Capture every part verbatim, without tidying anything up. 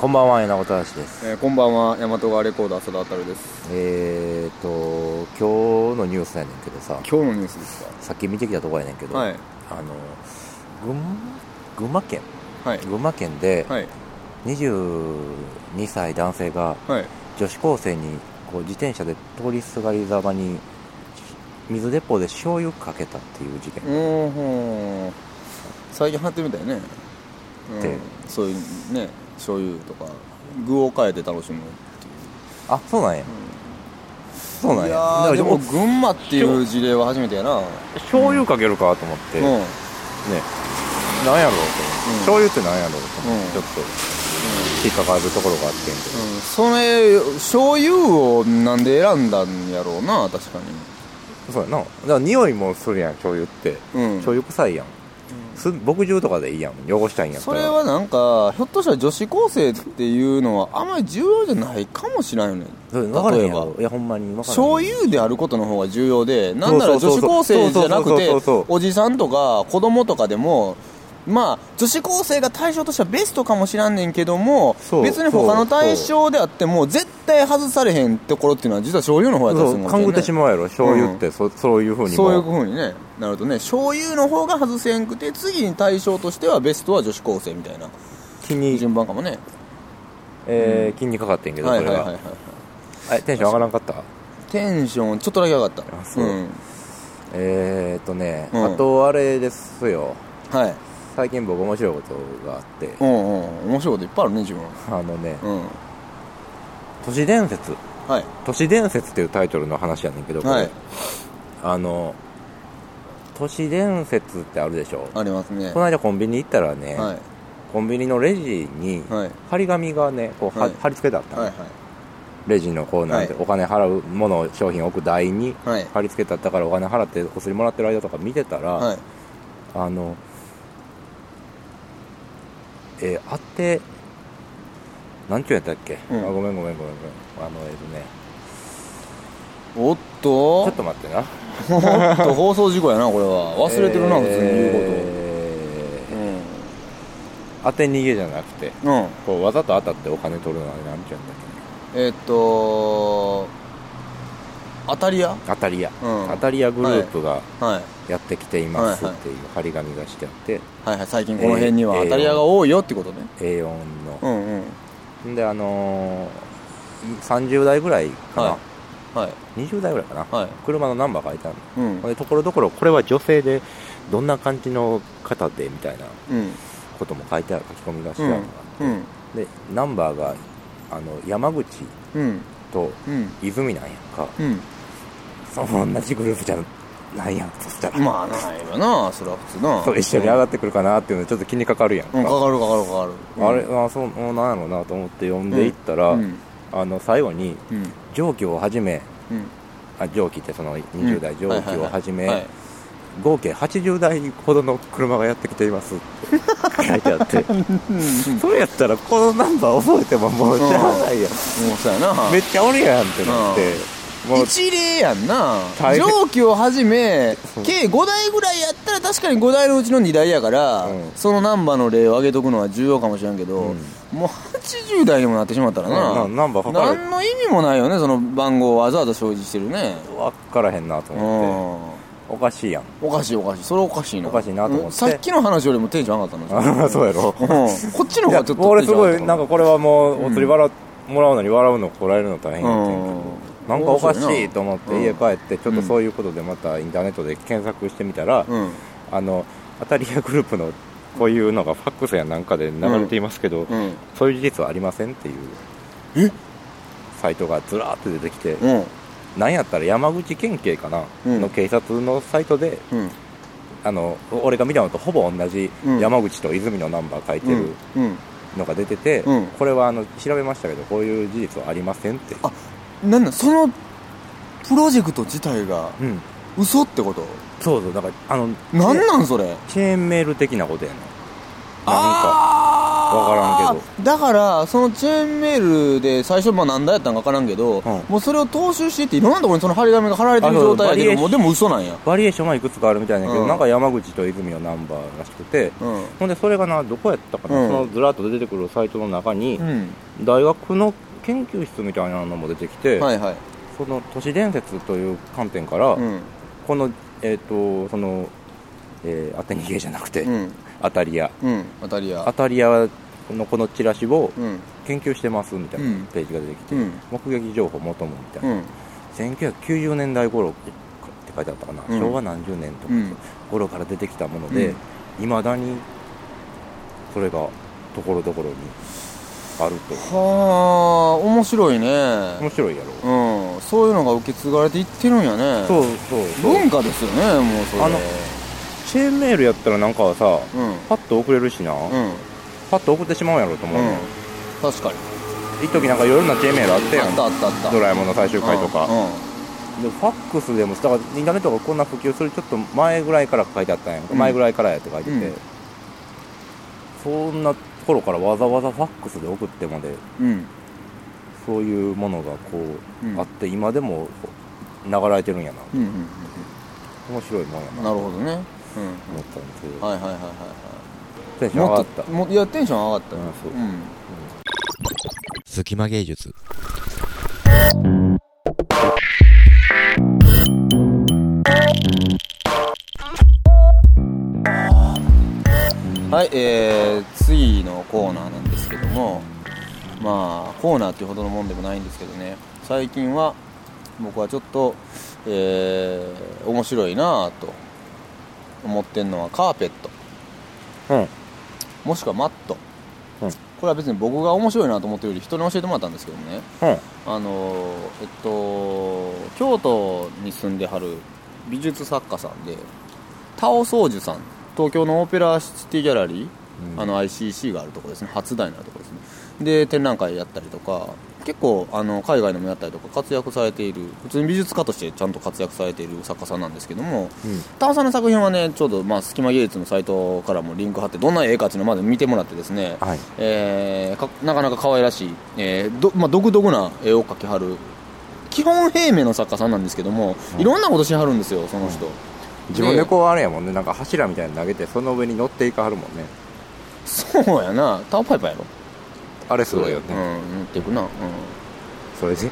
こんばんは、柳本橋です。 えー、こんばんは、大和川レコーダー、佐田あるです。 えーと今日のニュースやねんけどさ、 今日のニュースですか。 さっき見てきたとこやねんけど、 はい、 あの群, 群馬県、 はい、 群馬県で、 はい、 にじゅうにさい男性が女子高生にこう自転車で通りすがりざまに水鉄砲で醤油かけたっていう事件。 うん、最近流行ってるみたいね、うん、そういうね、醤油とか具を変えて楽しむっていう。あ、 そうなんや、うん、そうなんや。いやでも群馬っていう事例は初めてやな。 醤油かけるかと思って、うん、ね、なんやろうと思って、うん、醤油ってなんやろうと思って、うん、ちょっと引っかかるところがあってんけど、 うん、それ醤油をなんで選んだんやろうな。確かにそうやな。だから匂いもするやん、醤油って、うん、醤油臭いやん、うん、牧場とかでいいやん、汚したいんやったら。 それはなんかひょっとしたら女子高生っていうのはあんまり重要じゃないかもしれないよね。 分からへんやろ。いやほんまに分からへん。 醤油であることの方が重要で、なんなら女子高生じゃなくておじさんとか子供とかでも、まあ女子高生が対象としてはベストかもしらんねんけども、別に他の対象であっても絶対外されへんところっていうのは実は醤油の方やったりするんですよね。 勘ぐってしまうやろ醤油って、うん、そ, そういう風にもそういう風にねなるとね、醤油の方が外せんくて次に対象としてはベストは女子高生みたいな気に順番かもね。 えーうん、気にかかってんけど、これが、はいはいはいはい、テンション上がらんかった？テンションちょっとだけ上がった。あ、そう、うん、 えーっとね、うん、あとあれですよ、 はい、 最近僕面白いことがあって、 うんうん、面白いこといっぱいあるね自分。 あのね、 うん、 都市伝説、 はい、 都市伝説っていうタイトルの話やねんけど、これ、はい、あの都市伝説ってあるでしょ。 ありますね。 この間コンビニ行ったらね、はい、コンビニのレジに張り紙がねこう、はい、貼り付けてあったの、はいはい、レジのこうなんて、はい、お金払うもの商品を置く台に貼り付けてあったから、お金払ってお薬もらってる間とか見てたら、はい、あのえー、あって何ちゅうやったっけ、うん、あごめんごめんごめんごめんあのえっ、ー、とねおっとちょっと待ってなおっと放送事故やなこれは。忘れてるな、えー、普通に言うこと、うん、 当て逃げじゃなくて、うん、こうわざと当たってお金取るのは何ちゅうやったっけ。えー、っと当たり屋当たり屋、うん、当たり屋グループがやってきていますっていう張り紙がしてあって、 はいはい、最近この辺には当たり屋が多いよってことね。 エーよん の、うんうん、であのー、さんじゅうだいぐらいかな、はいはい、にじゅうだいぐらいかな、はい、車のナンバー書いてあるの、うん、でところどころこれは女性でどんな感じの方でみたいなことも書いてある、書き込みがしてあるのがあって、うんうん、でナンバーがあの山口と泉なんやんか、うん、その同じグループじゃないやん。そしたらまあないわな、それは普通な。 そう一緒に上がってくるかなっていうのちょっと気にかかるやんか、 うん、かかるかかるかかる、 うん、あれあそうなんやろうなと思って読んでいったら、うん、あの最後に、うん、上記をはじめ、うん、あ上記ってそのにじゅうだい上記をはじめ合計はちじゅうだいほどの車がやってきていますって書いてあってそれやったらこのナンバー覚えてももうしゃあないやん、 うん、もうそうやな、 めっちゃおるやんってなって、 もう一例やんな。上記をはじめ計ごだいぐらいやったら確かにごだいのうちのにだいやから、うん、そのナンバーの例を挙げとくのは重要かもしれんけど、うん、もうはちじゅうだいにもなってしまったらな、うん、ナンバーかかる何の意味もないよね、その番号をわざわざ表示してるね。 分からへんなと思って、おかしいやん。 おかしいおかしい、それおかしいな、 おかしいなと思って、 さっきの話よりもテンション上がったのそうやろ、うん、 こっちの方がちょっと俺すごいなんかこれはもうお釣り笑もらうのに笑うのこらえるの大変やってんけど、うん、なんかおかしいと思って家帰ってちょっとそういうことでまたインターネットで検索してみたら、うん、あの当たり屋グループのこういうのがファックスやなんかで流れていますけど、うん、そういう事実はありませんっていうサイトがずらーっと出てきて、うん、なんやったら山口県警かな、うん、の警察のサイトで、うん、あの俺が見たのとほぼ同じ山口と泉のナンバー書いてるのが出てて、うん、これはあの調べましたけどこういう事実はありませんって。 あ、なんだそのプロジェクト自体が、うん、嘘ってこと？ そうそう、だからあのなんなんそれチェーンメール的なことやな、なんか分からんけど、 だからそのチェーンメールで最初まあ何台やったんか分からんけど、うん、もうそれを踏襲していっていろんなところにその張り紙が貼られてる状態やけどもうでも嘘なんや。 バリエーションはいくつかあるみたいだけど、うん、なんか山口と泉のナンバーらしくて、うん、ほんでそれがなどこやったかな、うん、そのずらっと出てくるサイトの中に、うん、大学の研究室みたいなのも出てきて、はいはい、その都市伝説という観点から、うん、このえっ、ー、とその、えー、当て逃げじゃなくて、うん、当たり屋、 うん、当たり屋当たり屋のこのチラシを研究してますみたいなページが出てきて、うん、目撃情報求むみたいな、うん、せんきゅうひゃくきゅうじゅうねんだい頃って書いてあったかな、うん、昭和何十年とか頃から出てきたものでいま、うん、だにそれがところどころにあると。 はあ、面白いね。 面白いやろ、 うん、そういうのが受け継がれていってるんやね。 そうそうそう、 文化ですよね。もうそれあのチェーンメールやったらなんかはさ、うん、パッと送れるしな、うん、パッと送ってしまうんやろうと思う、うん、 確かに一時なんか夜のチェーンメールあったやん。 あったあったあった。 ドラえもんの最終回とか、うんうん、 でファックスでもだからインターネットがこんな普及するちょっと前ぐらいから書いてあったんやん、うん、前ぐらいからやって書いてて、うん、そんな頃からわざわざファックスで送ってまで、うん、そういうものがこう、うん、あって今でも流れてるんやな、うんうんうん、面白いもんやな。 なるほどね、うん、思ったんですけど、 はいはいはいはい、 テンション上がった。 もいやテンション上がった、うん、そう、うん、 隙間芸術。 はい、えー、次のコーナーなんですけども、まあコーナーっていうほどのもんでもないんですけどね、最近は僕はちょっと、えー、面白いなと思ってんのはカーペット、うん、もしくはマット、うん、これは別に僕が面白いなと思ってるより人に教えてもらったんですけどね、うん、あのえっと京都に住んではる美術作家さんで田尾宗樹さん、東京のオペラシティギャラリー、うん、あの アイシーシー があるところですね、初台のあるところですね。で展覧会やったりとか結構あの海外でもやったりとか活躍されている、普通に美術家としてちゃんと活躍されている作家さんなんですけども、うん、田尾さんの作品はねちょうど、まあ、隙間芸術のサイトからもリンク貼ってどんな絵かっていうのをまず見てもらってですね、はい、えー、かなかなか可愛らしい、えーどまあ、独特な絵を描きはる基本平面の作家さんなんですけども、うん、いろんなことしはるんですよその人、うん、 自分でこうあれやもんね、なんか柱みたいに投げてその上に乗っていかはるもんね。 そうやな、タオパイパーやろあれすごいよね。 うん、乗っていくな、うん、 それで、うん、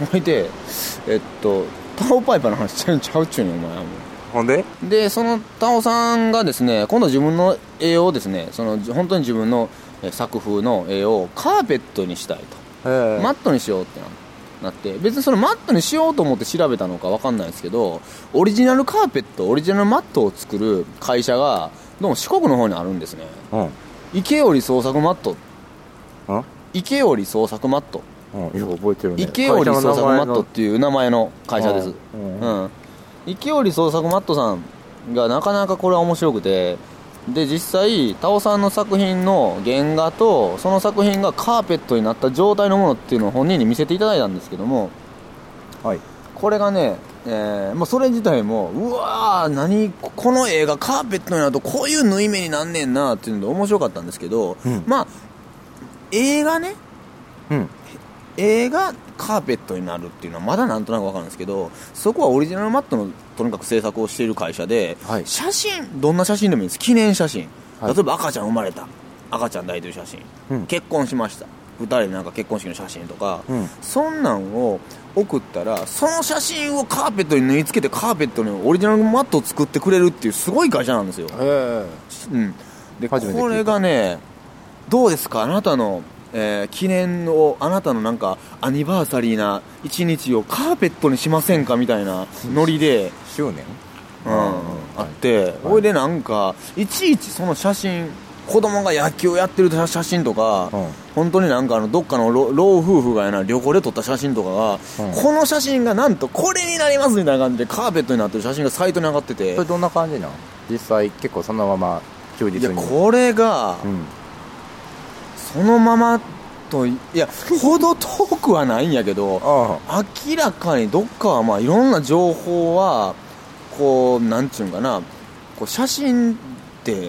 ほいでえっとタオパイパーの話ちゃうちゃうっちゅうねんお前はもう。 ほんででそのタオさんがですね今度自分の絵をですねその本当に自分の作風の絵をカーペットにしたいと、マットにしようってなって別にそのマットにしようと思って調べたのか分かんないですけどオリジナルカーペットオリジナルマットを作る会社がどうも四国の方にあるんですね、うん、池織創作マット、うん、池織創作マット、 うん、よく覚えてるね。 池織創作マットっていう名前の会社です、うんうんうん、池織創作マットさんがなかなかこれは面白くて、で実際田尾さんの作品の原画とその作品がカーペットになった状態のものっていうのを本人に見せていただいたんですけども、はい、これがね、えーまあ、それ自体もうわー何この絵がカーペットになるとこういう縫い目になんねんなっていうので面白かったんですけど、うん、まあ映画ね、うん、映画カーペットになるっていうのはまだなんとなく分かるんですけど、そこはオリジナルマットのとにかく制作をしている会社で、はい、写真どんな写真でもいいです。記念写真、はい、例えば赤ちゃん生まれた赤ちゃん抱いてる写真、うん、結婚しましたふたりでなんか結婚式の写真とか、うん、そんなんを送ったらその写真をカーペットに縫い付けてカーペットにオリジナルマットを作ってくれるっていうすごい会社なんですよ。へー、うん、でこれがねどうですかあなたのえー、記念をあなたのなんかアニバーサリーな一日をカーペットにしませんかみたいなノリで執念、 うん、うん、あってそれ、はい、でなんかいちいちその写真子供が野球やってる写真とか、うん、本当になんかあのどっかの老夫婦がやな旅行で撮った写真とかが、うん、この写真がなんとこれになりますみたいな感じでカーペットになってる写真がサイトに上がってて、 それどんな感じなの実際結構そのまま忠実に。 いやこれが、うん、そのままといやほど遠くはないんやけど明らかにどっかはまあいろんな情報はこうなんちゅうんかなこう写真って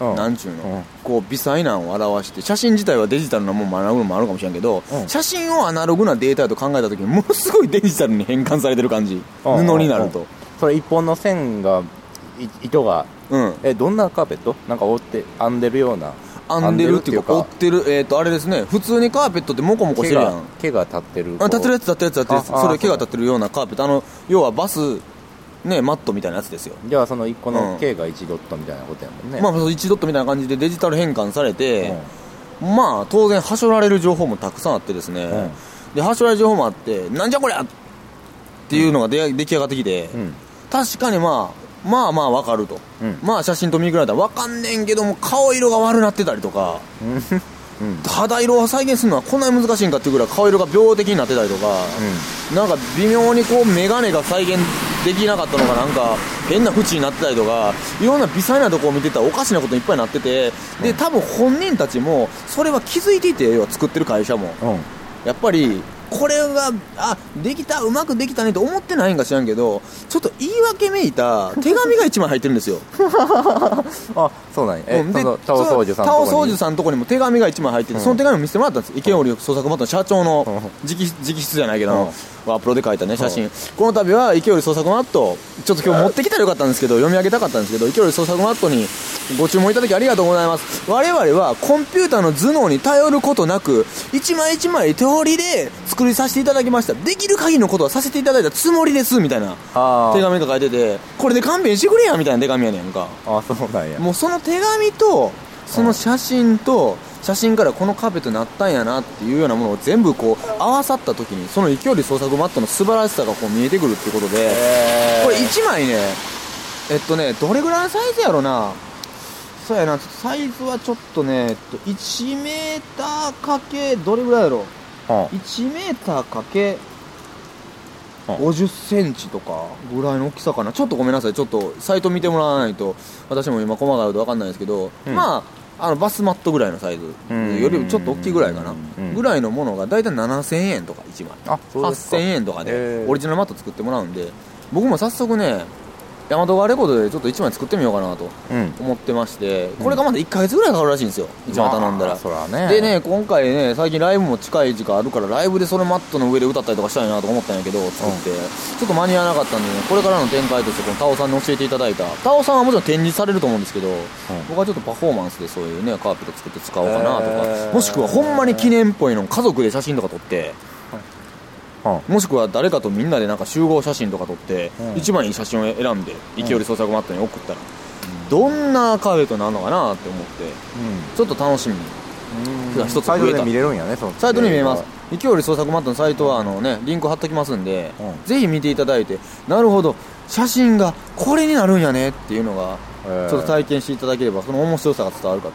うん、なんちゅうの、うん、こう微細なんを表して、写真自体はデジタルなもんもアナログもあるかもしれんけど、うん、写真をアナログなデータと考えた時にものすごいデジタルに変換されてる感じ、うん、布になると、うん、 それ一本の線が糸が、うん、えどんなカーペットなんか折って編んでるような編んでるっていうか折ってる、えーとあれですね、普通にカーペットってモコモコしてるやん、 毛が立ってる、 あ立ってるやつ立ってるやつ立ってるやつ、それ毛が立ってるようなカーペット、あの要はバスね、マットみたいなやつですよ。 じゃあそのいっこの K がいちドットみたいなことやもんね、 うん、まあいちドットみたいな感じでデジタル変換されて、うん、まあ当然はしょられる情報もたくさんあってですね、うん、ではしょられる情報もあって、なんじゃこりゃっていうのが出来上がってきて、うん、確かにまあまあまあわかると、うん、まあ写真と見比べたらわかんねんけども顔色が悪なってたりとか、うん、肌色を再現するのはこんなに難しいんかっていうぐらい顔色が病的になってたりとか、うん、なんか微妙にこう眼鏡が再現できなかったのがなんか変な縁になってたりとか、いろんな微細なとこを見てたらおかしなこといっぱいになってて、で多分本人たちもそれは気づいていて、要は作ってる会社も、うん、やっぱりこれがあできたうまくできたねと思ってないんか知らんけど、ちょっと言い訳めいた手紙がいちまい入ってるんですよあ、そうなんや、え、うん、でタオ宗樹さんのとこにタオ宗樹さんのとこにも手紙がいちまい入ってて、うん、その手紙を見せてもらったんです。池織創作マットの社長の直直筆じゃないけど、うん、ワープロで書いたね写真、うん、この度は池織創作マットちょっと今日持ってきたらよかったんですけど、読み上げたかったんですけど、池織創作マットにご注文いただきありがとうございます。我々はコンピューターの頭脳に頼ることなく一枚一枚手織りで作りさせていただきました。できる限りのことはさせていただいたつもりですみたいな手紙が書いてて、これで勘弁してくれやみたいな手紙やねんか。 あ、そうなんや。 もうその手紙とその写真と写真からこのカーペットになったんやなっていうようなものを全部こう合わさった時に、その勢い創作マットの素晴らしさがこう見えてくるっていうことで、これいちまいね、えっとねどれぐらいのサイズやろな、そうやな、サイズはちょっとね、えっと、いちメーターかけどれぐらいやろ、はあ、いちメーターかけごじゅっセンチとかぐらいの大きさかな。ちょっとごめんなさい、ちょっとサイト見てもらわないと私も今細かいこと分かんないですけど、うん、まああのバスマットぐらいのサイズよりちょっと大きいぐらいかな、ぐらいのものがだいたいななせんえんとかいちまい、あ、はっせんえんとかでオリジナルマット作ってもらうんで、僕も早速ね大和川レコードでちょっといちまい作ってみようかなと思ってまして、うん、これがまだいっかげつぐらいかかるらしいんですよ、いちまい頼んだら、まあそらね、でね今回ね最近ライブも近い時間あるからライブでそのマットの上で歌ったりとかしたいなと思ったんやけど作って、うん、ちょっと間に合わなかったんでね、これからの展開としてこのタオさんに教えていただいた、タオさんはもちろん展示されると思うんですけど、うん、僕はちょっとパフォーマンスでそういうねカーペット作って使おうかなとか、えー、もしくはほんまに記念っぽいの家族で写真とか撮って、もしくは誰かとみんなでなんか集合写真とか撮って、うん、一番いい写真を選んで勢い創作マットに送ったら、うん、どんなカーペットになるのかなって思って、うん、ちょっと楽しみに一つ増えた。サイトで見れるんやね、そのサイトに見れます。勢い創作マットのサイトはあの、ね、リンク貼っときますんで、うん、ぜひ見ていただいて、なるほど写真がこれになるんやねっていうのがちょっと体験していただければその面白さが伝わるかと。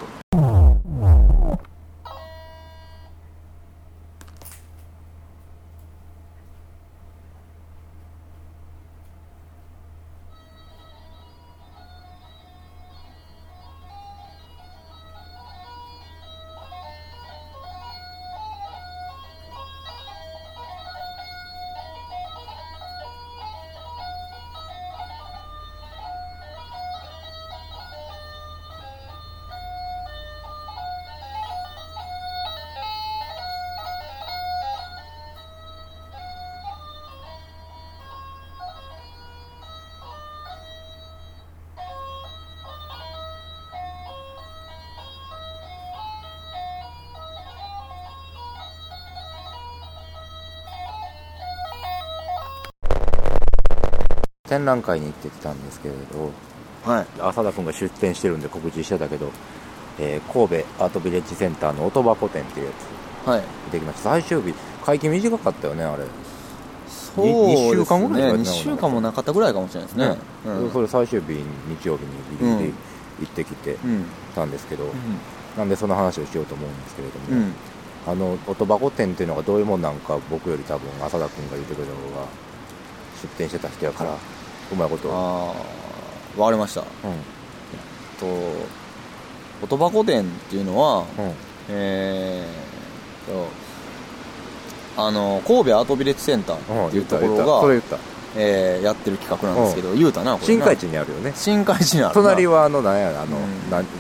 展覧会に行ってきたんですけれど、はい、浅田君が出展してるんで告知してたけど、えー、神戸アートビレッジセンターの音箱展っていうやつ、はい、できました。最終日会期短かったよね、あれ。 そうですね、にしゅうかんぐらい、にしゅうかんもなかったぐらいかもしれないですね、 うんうん、それ最終日日曜日にギリギリ行ってきてたんですけど、うん、なんでその話をしようと思うんですけれども、うん、あの音箱展っていうのがどういうもんなんか僕より多分浅田君が言ってくれた方が出展してた人やからうまいこと。 ああ、分かりました、うん、えっと音箱店っていうのは、うん、えーとあの神戸アートビレッジセンターっていうところが、 それ言った、 えー、やってる企画なんですけど、うん、言うたな、これな新海地にあるよね。 新海地にあるな。 隣はあの何やあの、うん、なん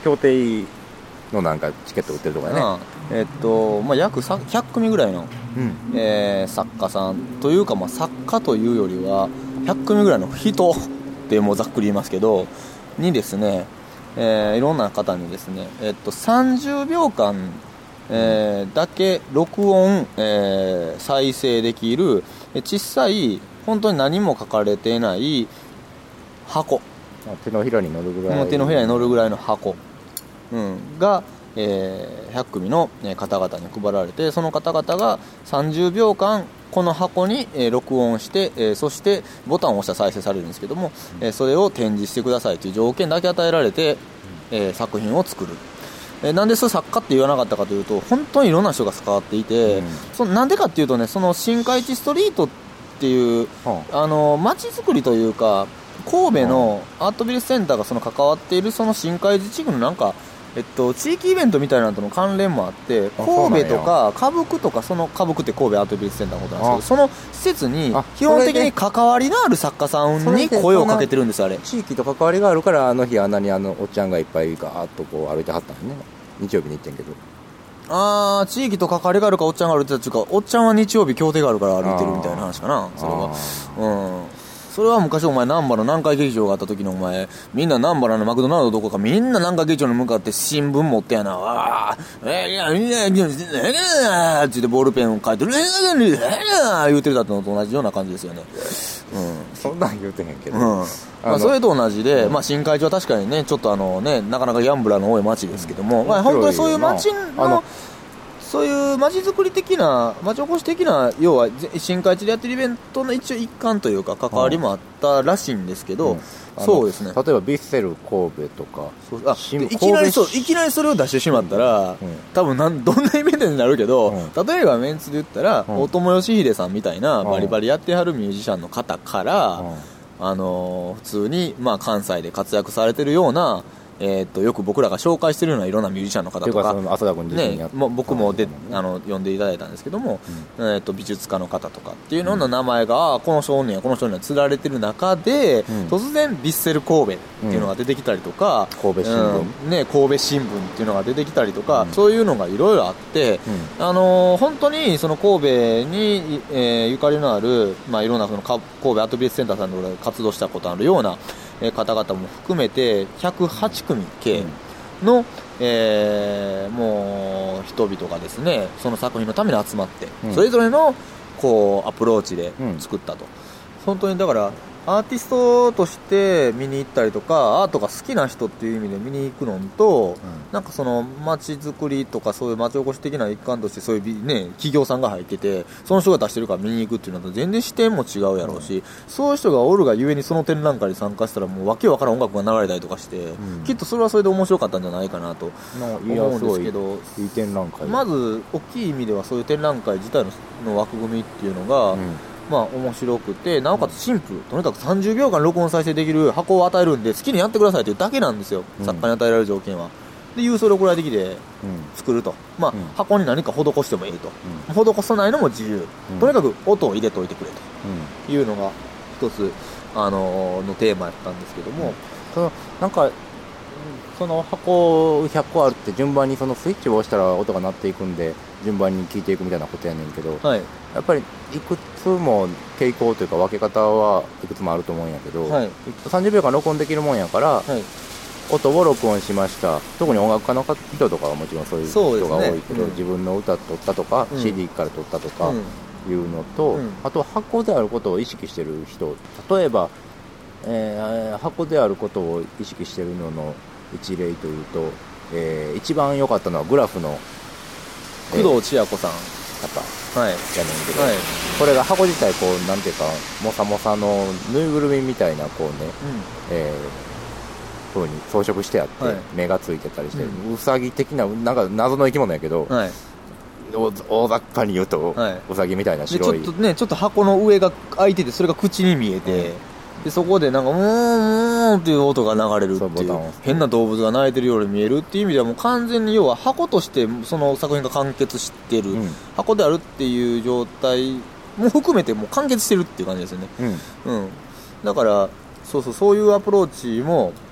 協定のなんかチケット売ってるとかね、 うん、えっとまあ、約ひゃく組ぐらいの、うんえー、作家さんというか、まあ、作家というよりはひゃく組ぐらいの人ってもうざっくり言いますけどにですね、えー、いろんな方にですね、えっと、さんじゅうびょうかん、えー、だけ録音、えー、再生できる小さい本当に何も書かれていない箱、 手のひらに乗るぐらい手のひらに乗るぐらいの箱、うん、が、えー、ひゃく組の方々に配られて、その方々がさんじゅうびょうかんこの箱に、えー、録音して、えー、そしてボタンを押したら再生されるんですけども、えー、それを展示してくださいという条件だけ与えられて、えー、作品を作る。えー、なんでそれ作家って言わなかったかというと、本当にいろんな人が関わっていて、うん、そのなんでかっていうとね、その新海地ストリートっていう、うん、あの街づくりというか神戸のアートビルセンターがその関わっているその新海地地区のなんか、えっと、地域イベントみたいなのとの関連もあって、神戸とか歌舞伎とか、その歌舞伎って神戸アートビルセンターのことなんですけど、その施設に基本的に関わりのある作家さんに声をかけてるんですよ。あれ地域と関わりがあるから、あの日あんなにあのおっちゃんがいっぱいガーッとこう歩いてはったんね。日曜日に行ってんけど、 あー、地域と関わりがあるかおっちゃんが歩いてたっていうか、おっちゃんは日曜日協定があるから歩いてるみたいな話かな、それは。うんそれは昔お前難波の南海劇場があった時のお前みんな難波のマクドナルドどこかみんな南海劇場に向かって新聞持ってやなあーいやいやいやって言ってボールペンを書いてる言うてるだったのと同じような感じですよね。 うん、そんなん言うてへんけど、うんまあ、それと同じで、うんまあ、新海地は確かにねちょっとあのねなかなかギャンブラーの多い街ですけども、うんまあ、本当にそういう街のそういう街づくり的な街おこし的な要は新海地でやってるイベントの一応一環というか関わりもあったらしいんですけど、うん、そうですね。 例えばビッセル神戸とかそうあいきなりそういきなりそれを出してしまったら、うん、多分なんどんなイベントになるけど、うん、例えばメンツで言ったら、うん、大友義秀さんみたいなバリバリやってはるミュージシャンの方から、うん、あのー、普通に、まあ、関西で活躍されてるようなえー、とよく僕らが紹介してるようないろんなミュージシャンの方とか、 浅田君自身にやって、 ね、も僕もで、あの呼んでいただいたんですけども、うんえー、と美術家の方とかっていうのの名前が、うん、この少年やこの少年が釣られてる中で、うん、突然ヴィッセル神戸っていうのが出てきたりとか、 うん、神戸新聞、 うんね、神戸新聞っていうのが出てきたりとか、うん、そういうのがいろいろあって、うんあのー、本当にその神戸に、えー、ゆかりのある、まあ、いろんなその神戸アート美術センターさんの活動したことあるような方々も含めてひゃくはちくみ計の、えー、もう人々がですねその作品のために集まって、うん、それぞれのこうアプローチで作ったと、うん、本当にだからアーティストとして見に行ったりとかアートが好きな人っていう意味で見に行くのと、うん、なんかその街づくりとかそういう街おこし的な一環としてそういう、ね、企業さんが入っててその人が出してるから見に行くっていうのと全然視点も違うやろうし、うん、そういう人がおるがゆえにその展覧会に参加したらもうわけわからん音楽が流れたりとかして、うん、きっとそれはそれで面白かったんじゃないかなと思うんですけどいい展覧会まず大きい意味ではそういう展覧会自体 の, の枠組みっていうのが、うんまあ面白くてなおかつシンプルとにかくさんじゅうびょうかん録音再生できる箱を与えるんで好きにやってくださいというだけなんですよ、うん、作家に与えられる条件はで郵送で送られてきて作ると、まあうん、箱に何か施してもいいと、うん、施さないのも自由、うん、とにかく音を入れておいてくれというのが一つ、あのー、のテーマやったんですけども、 そのなんかその箱ひゃっこあるって順番にそのスイッチを押したら音が鳴っていくんで順番に聴いていくみたいなことやねんけど、はい、やっぱりいくつも傾向というか分け方はいくつもあると思うんやけど、はい、さんじゅうびょうかん録音できるもんやから、はい、音を録音しました特に音楽家の人とかはもちろんそういう人が多いけど、ねうん、自分の歌撮ったとか、うん、シーディー から撮ったとかいうのと、うん、あと箱であることを意識してる人例えば、えー、箱であることを意識してるのの一例というと、えー、一番良かったのはグラフの工藤千也子さん方、はい、やねんけど、はい、これが箱自体こうなんていうかもさもさのぬいぐるみみたいなこうね、うんえー、風に装飾してあって、はい、目がついてたりして、うん、うさぎ的ななんか謎の生き物やけど、はい、大雑把に言うと、はい、うさぎみたいな白いでちょっとねちょっと箱の上が開いててそれが口に見えて、うんでそこでなんかうーんうーんっていう音が流れるっていう変な動物が鳴いてるように見えるっていう意味ではもう完全に要は箱としてその作品が完結してる、うん、箱であるっていう状態も含めてもう完結してるっていう感じですよね、うんうん、だからそうそうそういうアプローチも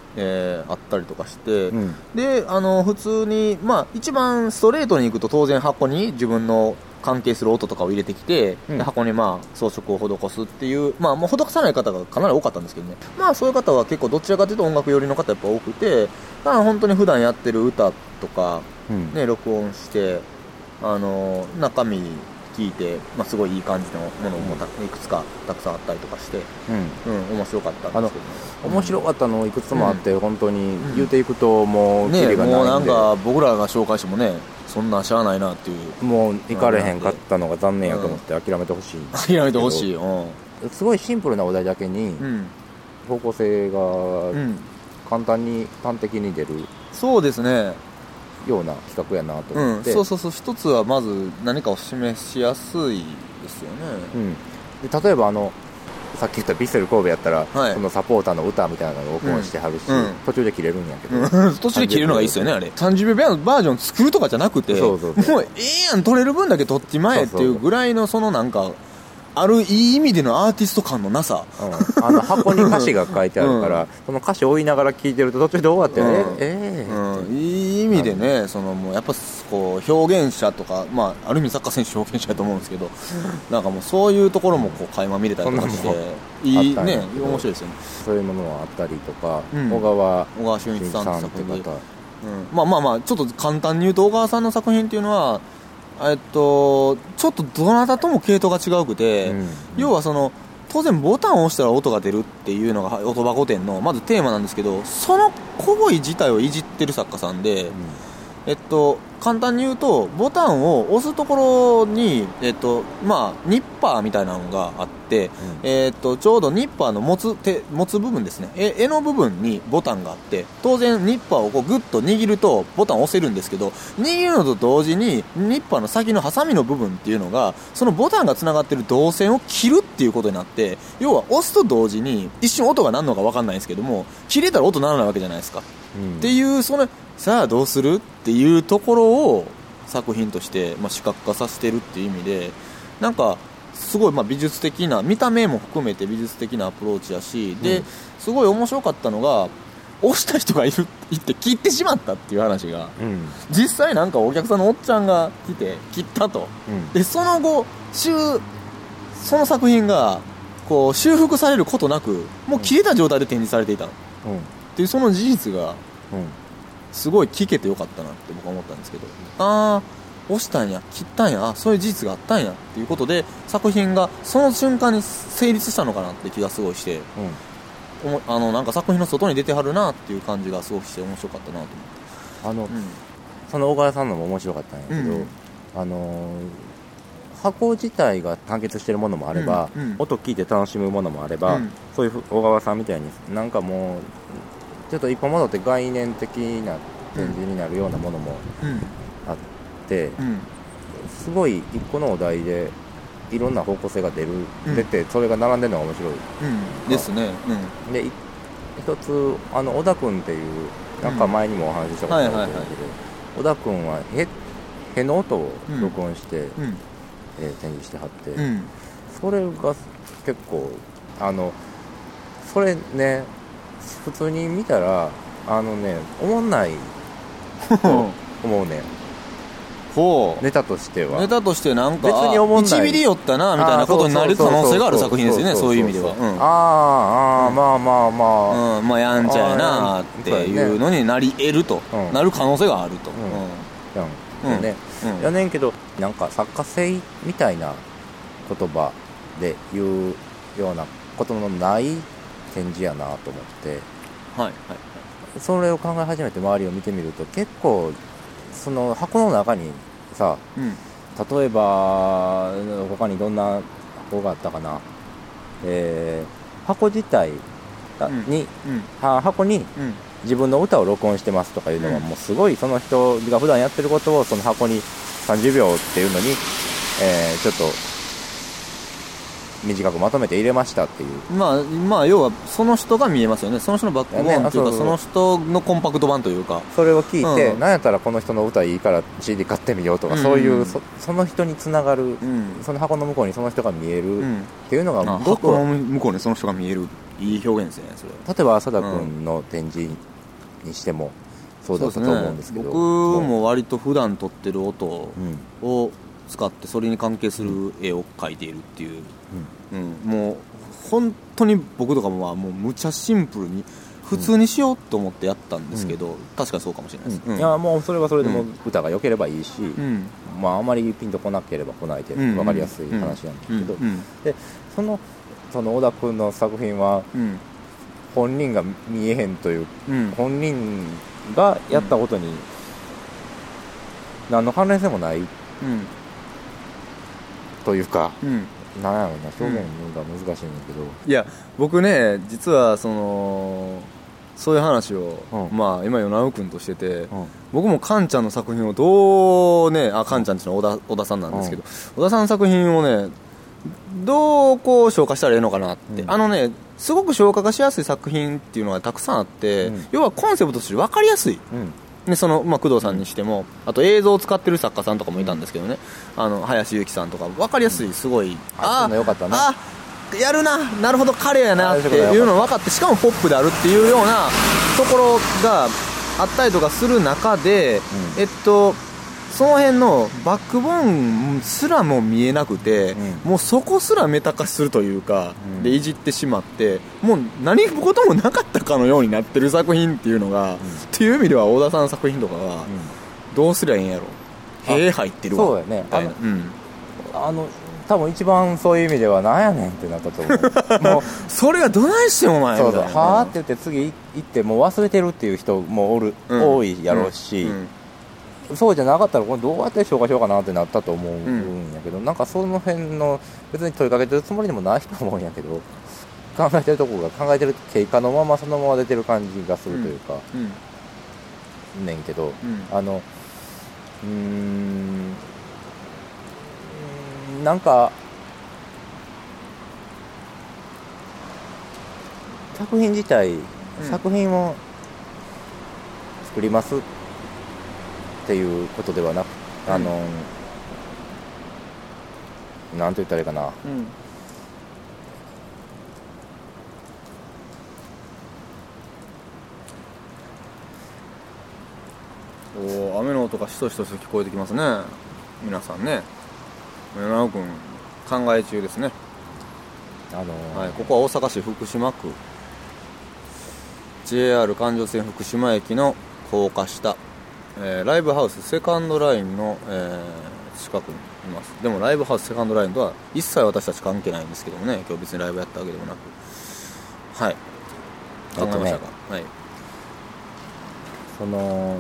えー、あったりとかして、 うん、 であの普通に、まあ、一番ストレートにいくと当然箱に自分の関係する音とかを入れてきて、うん、で箱にまあ装飾を施すっていう、まあ、もう施さない方がかなり多かったんですけどね、まあ、そういう方は結構どちらかというと音楽寄りの方やっぱ多くて、だから本当に普段やってる歌とか、ね、うん、録音してあの中身聞いて、まあ、すごいいい感じのものもいくつかたくさんあったりとかして、うんうん、面白かったんですけど、ね、 面白かったのいくつもあって、うん、本当に言うていくともうキリがないんで、ね、 もうなんか僕らが紹介してもねそんなしゃあないなっていう、 もう行かれへんかったのが残念やと思って諦めてほしい、うん、 諦めてほしい、うん、 すごいシンプルなお題だけに、うん、方向性が簡単に端的に出る、うん、 そうですねような企画やなと思って、 うん、そうそうそう、一つはまず何かを示しやすいですよね、 うん、で例えばあのさっき言ったヴィッセル神戸やったら、はい、そのサポーターの歌みたいなのを録音してはるし、うんうん、途中で切れるんやけど、 うん、途中で切れるのがいいですよねあれさんじゅうびょうバージョン作るとかじゃなくて、そうそうそう、もうええやん撮れる分だけ撮っちまえっていうぐらいのそのなんかあるいい意味でのアーティスト感のなさ、 うん、あの箱に歌詞が書いてあるから、うん、その歌詞を追いながら聴いてると途中で終わって、うん、ええーうん、いい意味でね、そのもうやっぱこう表現者とか、まあ、ある意味サッカー選手表現者だと思うんですけど、なんかもうそういうところもこう垣間見れたりとかしていいね、面白いですよね。 そういうものはあったりとか、 うん、 小川小川俊一さんの作品で、うん、まあまあまあちょっと簡単に言うと小川さんの作品っていうのはえっと、ちょっとどなたとも系統が違うくて、うんうん、要はその当然ボタンを押したら音が出るっていうのが音箱店のまずテーマなんですけど、その小声自体をいじってる作家さんで、うん、えっと簡単に言うとボタンを押すところに、えっとまあ、ニッパーみたいなのがあって、うんえっとちょうどニッパーの持つ手持つ部分ですね、柄の部分にボタンがあって、当然ニッパーをこうグッと握るとボタンを押せるんですけど、握るのと同時にニッパーの先のハサミの部分っていうのがそのボタンがつながってる導線を切るっていうことになって、要は押すと同時に一瞬音が鳴るのか分かんないんですけども、切れたら音鳴らないわけじゃないですか、うん、っていうそのさあどうするっていうところを作品として、まあ、視覚化させてるっていう意味で、なんかすごいまあ美術的な見た目も含めて美術的なアプローチやし、で、うん、すごい面白かったのが押した人がいるって切ってしまったっていう話が、うん、実際なんかお客さんのおっちゃんが来て切ったと、うん、でその後修その作品がこう修復されることなくもう切れた状態で展示されていたの、うん、っていうその事実が、うんすごい聞けてよかったなって僕は思ったんですけど、ああ押したんや切ったんや、あそういう事実があったんやっていうことで作品がその瞬間に成立したのかなって気がすごいして、うん、あのなんか作品の外に出てはるなっていう感じがすごくして面白かったなと思って、 あの、うん、その小川さんのも面白かったんやけど、うん、あの箱自体が完結してるものもあれば、うんうん、音聞いて楽しむものもあれば、うん、そういう小川さんみたいになんかもうちょっと一歩戻って概念的な展示になるようなものもあって、うんうん、すごい一個のお題でいろんな方向性が出る、うん、出てそれが並んでるのが面白い、 うん、ですね、 うん、で一つあの小田君っていうなんか前にもお話ししたことあるんだけど、小田君はへへの音を録音して、うんうんえー、展示してはって、うん、それが結構あのそれね普通に見たらあのねおもんないと思うねほうネタとしてはネタとしてなんか別におもんないいちミリ寄ったなみたいなことになる可能性がある作品ですよね、そういう意味では、うん、 ああ、うん、まあまあまあ、 うん、まあやんちゃやなっていうのになり得ると、うん、なる可能性があると、 うんうんねうん、やねんけどなんか作家性みたいな言葉で言うようなことのない展示やなと思って、 はいはい、 それを考え始めて周りを見てみると結構その箱の中にさ、うん、例えば他にどんな箱があったかな、えー、箱自体に、うんうん、箱に自分の歌を録音してますとかいうのはもうすごいその人が普段やってることをその箱にさんじゅうびょうっていうのに、えー、ちょっと短くまとめて入れましたっていう、 まあまあ要はその人が見えますよね、その人のバックボーンっていうか、その人のコンパクト版というか、 それを聞いて、うん、なんやったらこの人の歌いいから シーディー 買ってみようとか、うん、そういう そ, その人につながる、うん、その箱の向こうにその人が見えるっていうのが、うん、 箱の向こうにその人が見える、いい表現ですねそれ。 例えば浅田君の展示にしてもそうだったと思うんですけど、 ね、僕も割と普段撮ってる音を使ってそれに関係する絵を描いているっていう、うんうん、もう本当に僕とかもはもうむちゃシンプルに普通にしようと思ってやったんですけど、うん、確かにそうかもしれないです、 うん、いやもうそれはそれでも歌が良ければいいし、うん、まああまりピンとこなければ来ないで分かりやすい話なんですけど、でそのその小田君の作品は本人が見えへんという、うん、本人がやったことに何の関連性もない、うん、というか、うん、なんやろうな、表現が難しいんだけど、 いや僕ね実はそのそういう話を、うん、まあ今与那君としてて、うん、僕もカンちゃんの作品をどうね、あカンちゃんっていうのは小田、小田さんなんですけど、うん、小田さんの作品をねどうこう消化したらいいのかなって、うん、あのねすごく消化がしやすい作品っていうのがたくさんあって、うん、要はコンセプトとして分かりやすい、うんでそのまあ、工藤さんにしても、あと映像を使ってる作家さんとかもいたんですけどね、あの林由紀さんとか分かりやすい、すごい、うん、 ああよかったね、 あやるな、なるほど彼やなっていうのが分かって、しかもポップであるっていうようなところがあったりとかする中で、うん、えっとその辺のバックボーンすらも見えなくて、うん、もうそこすらメタ化するというか、うん、でいじってしまってもう何事もなかったかのようになってる作品っていうのが、うん、っていう意味では小田さんの作品とかが、うん、どうすりゃいいんやろ、へー入ってるわそうやね、あの、うん、あの多分一番そういう意味ではなんやねんってなったと思うもうそれがどないしてもないみたいな、 そうそうはーって言って次行ってもう忘れてるっていう人もおる、うん、多いやろうし、うんうん、そうじゃなかったらこれどうやって消化しようかなってなったと思うんやけど、うん、なんかその辺の別に問いかけてるつもりでもないと思うんやけど、考えてるところが考えてる経過のままそのまま出てる感じがするというか、うんうん、ねんけど、うん、あのうーんなんか作品自体、うん、作品を作りますっていうことではなく、うん、あのなんと言ったらいいかな、 うん、お雨の音がしとしとしと聞こえてきますね皆さんね。与那君考え中ですね、あのーはい、ここは大阪市福島区 ジェイアール 環状線福島駅の高架下、えー、ライブハウスセカンドラインの、えー、近くにいます。でもライブハウスセカンドラインとは一切私たち関係ないんですけどもね、今日別にライブやったわけでもなく、はい考えましたか、ね、はいその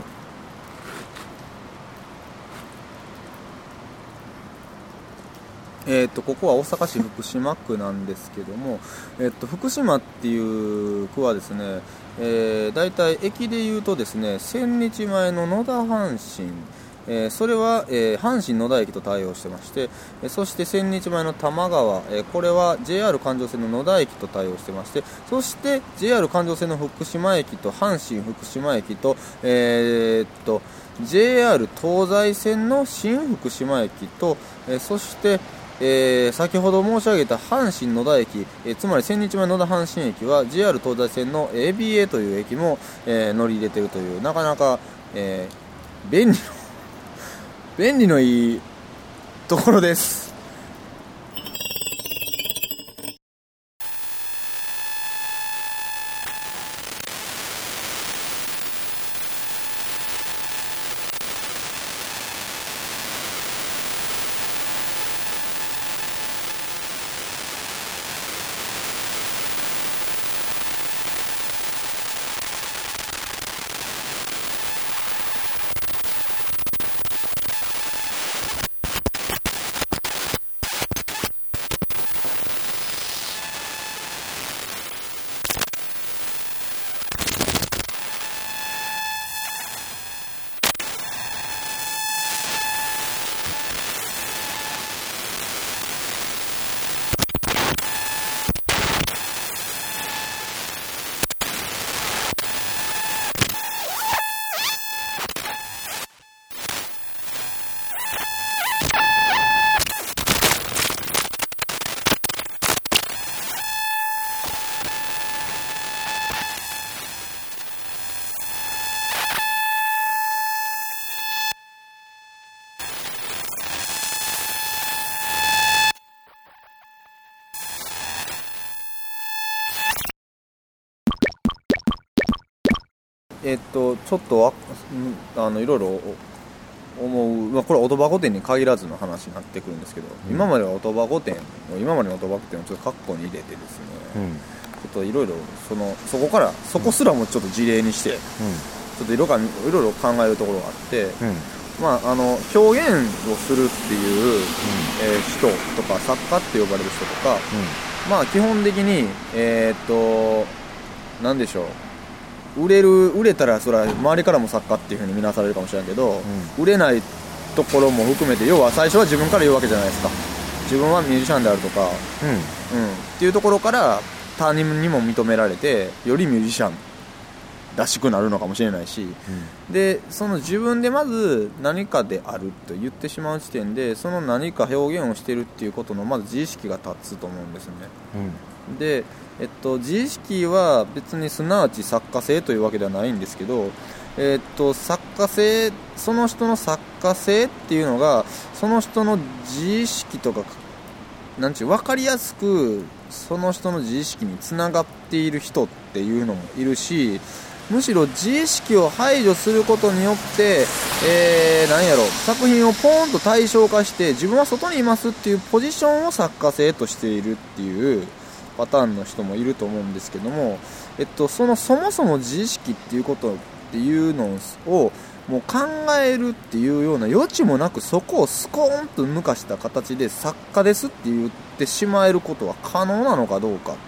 えー、とここは大阪市福島区なんですけども、えー、と福島っていう区はですね、えー、だいたい駅でいうとですね千日前の野田阪神、えー、それは、えー、阪神野田駅と対応してまして、えー、そして千日前の多摩川、えー、これは ジェイアール 環状線の野田駅と対応してまして、そして ジェイアール 環状線の福島駅と阪神福島駅と、えー、っと ジェイアール 東西線の新福島駅と、えー、そしてえー、先ほど申し上げた阪神野田駅、えー、つまり千日前野田阪神駅は ジェイアール 東西線の エービーエー という駅も、えー、乗り入れているというなかなか、えー、便利の便利のいいところです。 えっとちょっとあのいろいろ思う、まあ、これはオトバ御殿に限らずの話になってくるんですけど、うん、今まではオトバ御殿今までのオトバ御殿をちょっと括弧に入れてですね、うん、ちょっといろいろそのそこからそこすらもちょっと事例にして、うん、ちょっといろいろ考えるところがあって、うんまあ、あの表現をするっていう、うんえー、人とか作家って呼ばれる人とか、うん、まあ基本的にえー、っとなんでしょう売れる売れたらそれは周りからも作家っていう風に見なされるかもしれないけど、うん、売れないところも含めて要は最初は自分から言うわけじゃないですか。自分はミュージシャンであるとか、うんうん、っていうところから他人にも認められてよりミュージシャンらしくなるのかもしれないし、うん、でその自分でまず何かであると言ってしまう時点でその何か表現をしてるっていうことのまず自意識が立つと思うんですね、うん、で、えっと、自意識は別にすなわち作家性というわけではないんですけど、えっと、作家性その人の作家性っていうのがその人の自意識とかなんちゅう分かりやすくその人の自意識につながっている人っていうのもいるしむしろ自意識を排除することによって、えー、何やろ作品をポーンと対象化して自分は外にいますっていうポジションを作家性としているっていうパターンの人もいると思うんですけども、えっと、そのそもそも自意識っていうことっていうのをもう考えるっていうような余地もなくそこをスコーンと抜かした形で作家ですって言ってしまえることは可能なのかどうか、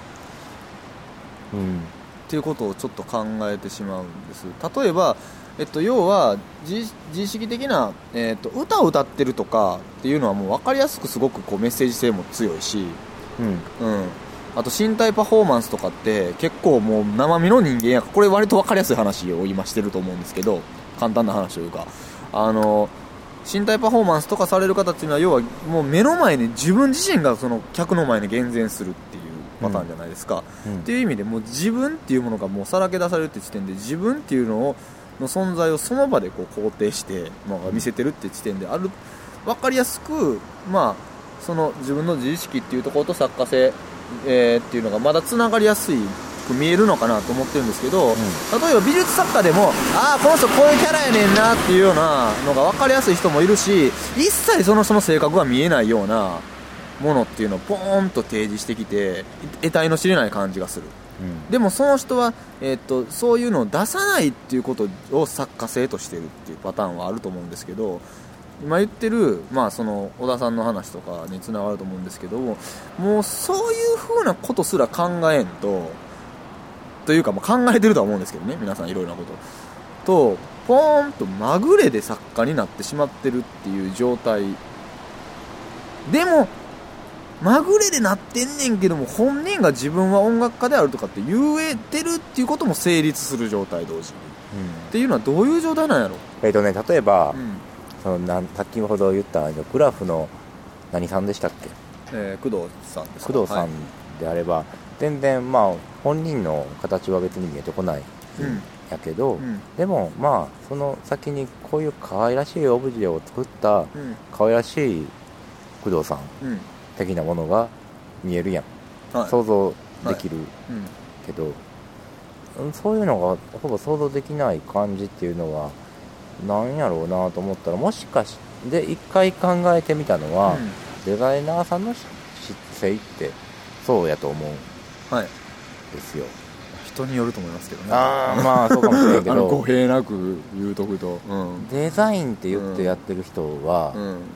うんっていうことをちょっと考えてしまうんです。例えば、えっと、要は 自, 自意識的な、えっと、歌を歌ってるとかっていうのはもう分かりやすくすごくこうメッセージ性も強いし、うんうん、あと身体パフォーマンスとかって結構もう生身の人間やこれ割と分かりやすい話を今してると思うんですけど簡単な話というかあの身体パフォーマンスとかされる方っていうのは要はもう目の前に自分自身がその客の前に現前するっていうパターンじゃないですか、うん、っていう意味でもう自分っていうものがもうさらけ出されるって時点で自分っていうのをの存在をその場でこう肯定して、まあ、見せてるって時点である分かりやすく、まあ、その自分の自意識っていうところと作家性、えー、っていうのがまだつながりやすいく見えるのかなと思ってるんですけど、うん、例えば美術作家でもああこの人こういうキャラやねんなっていうようなのが分かりやすい人もいるし一切その人の性格が見えないようなものっていうのをポーンと提示してきて得体の知れない感じがする、うん、でもその人は、えー、っとそういうのを出さないっていうことを作家性としてるっていうパターンはあると思うんですけど今言ってる、まあ、その小田さんの話とかにつながると思うんですけどももうそういう風なことすら考えんとというか、まあ、考えてるとは思うんですけどね皆さんいろいろなこととポーンとまぐれで作家になってしまってるっていう状態でもまぐれでなってんねんけども本人が自分は音楽家であるとかって言えてるっていうことも成立する状態同時に、うん、っていうのはどういう状態なんやろえっとね例えば、うん、そのなん先ほど言ったグラフの何さんでしたっけ、 えー、工藤さんですか工藤さんであれば、はい、全然まあ本人の形は別に見えてこない、うんやけど、うん、でもまあその先にこういう可愛らしいオブジェを作った可愛らしい工藤さん、うん的なものが見えるやん、はい、想像できる、はいけど、うん、そういうのがほぼ想像できない感じっていうのはなんやろうなと思ったらもしかして一回考えてみたのは、うん、デザイナーさんの姿勢ってそうやと思うんですよ、はい、 人によると思いますけどねあまあそうかもしれないけどあの語弊なく言うとくと、うん、 デザインって言ってやってる人は、うんうん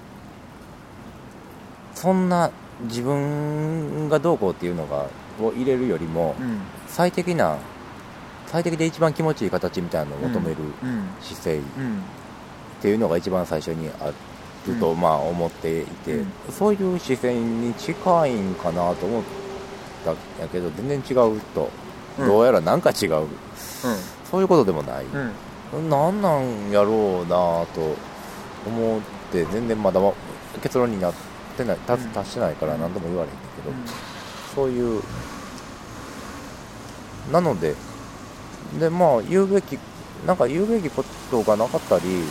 そんな自分がどうこうっていうのがを入れるよりも、うん、最適な最適で一番気持ちいい形みたいなのを求める姿勢っていうのが一番最初にあるとまあ思っていて、うん、そういう姿勢に近いんかなと思ったんやけど全然違うと、うん、どうやらなんか違う、うん、そういうことでもない、うん、なんなんやろうなと思って全然まだ結論になって達してないから何とも言われへんけど、うん、そういうなのででまあ言うべきなんか言うべきことがなかったり、うん、うーん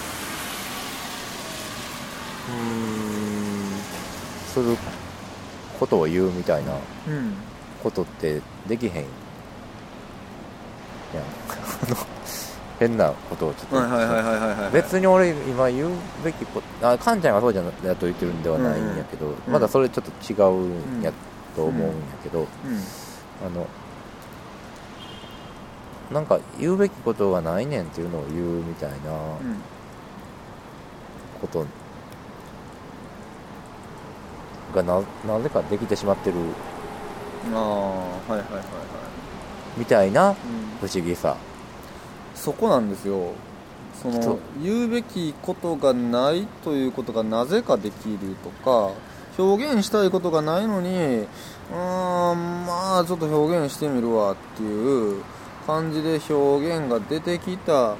することを言うみたいなことってできへんやん変なことをちょっとはいはいはいはいはい、はい、 別に俺今言うべきことあカンちゃんがそうじゃなだと言ってるんではないんやけど、うんうん、まだそれちょっと違うんやと思うんやけど、うんうん、あのなんか言うべきことがないねんっていうのを言うみたいなことが な, なぜかできてしまってるあはいはいはいはいみたいな不思議さ、うん、 そこなんですよ。その言うべきことがないということがなぜかできるとか表現したいことがないのにうーんまあちょっと表現してみるわっていう感じで表現が出てきた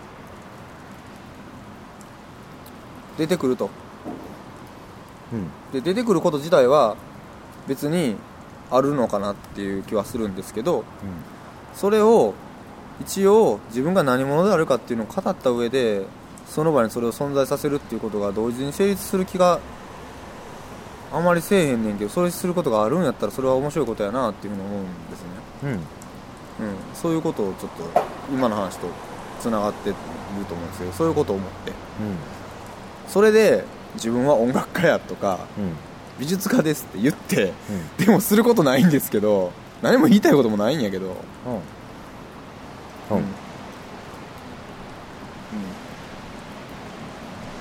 出てくると、うん、で出てくること自体は別にあるのかなっていう気はするんですけど、うん、それを一応自分が何者であるかっていうのを語った上でその場にそれを存在させるっていうことが同時に成立する気があまりせえへんねんけど、それすることがあるんやったらそれは面白いことやなっていうふうに思うんですね、うんうん、そういうことをちょっと今の話とつながってると思うんですけど、そういうことを思って、うん、それで自分は音楽家やとか、うん、美術家ですって言って、うん、でもすることないんですけど何も言いたいこともないんやけど、うんうんうん、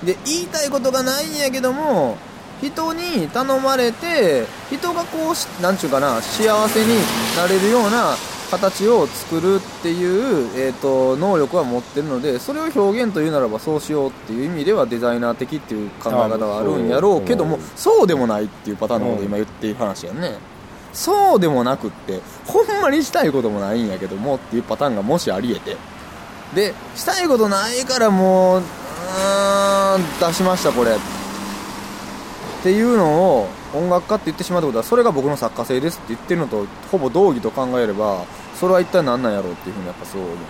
で言いたいことがないんやけども人に頼まれて人がこうなんちゅうかな幸せになれるような形を作るっていう、えーと、能力は持ってるのでそれを表現というならばそうしようっていう意味ではデザイナー的っていう考え方があるんやろうけどもそうでもないっていうパターンのことを今言っている話やんね、うん、そうでもなくってほんまにしたいこともないんやけどもっていうパターンがもしあり得てでしたいことないからもう、うーん出しましたこれっていうのを音楽家って言ってしまったことはそれが僕の作家性ですって言ってるのとほぼ同義と考えればそれは一体何なんやろうっていうふうにやっぱそう思うと、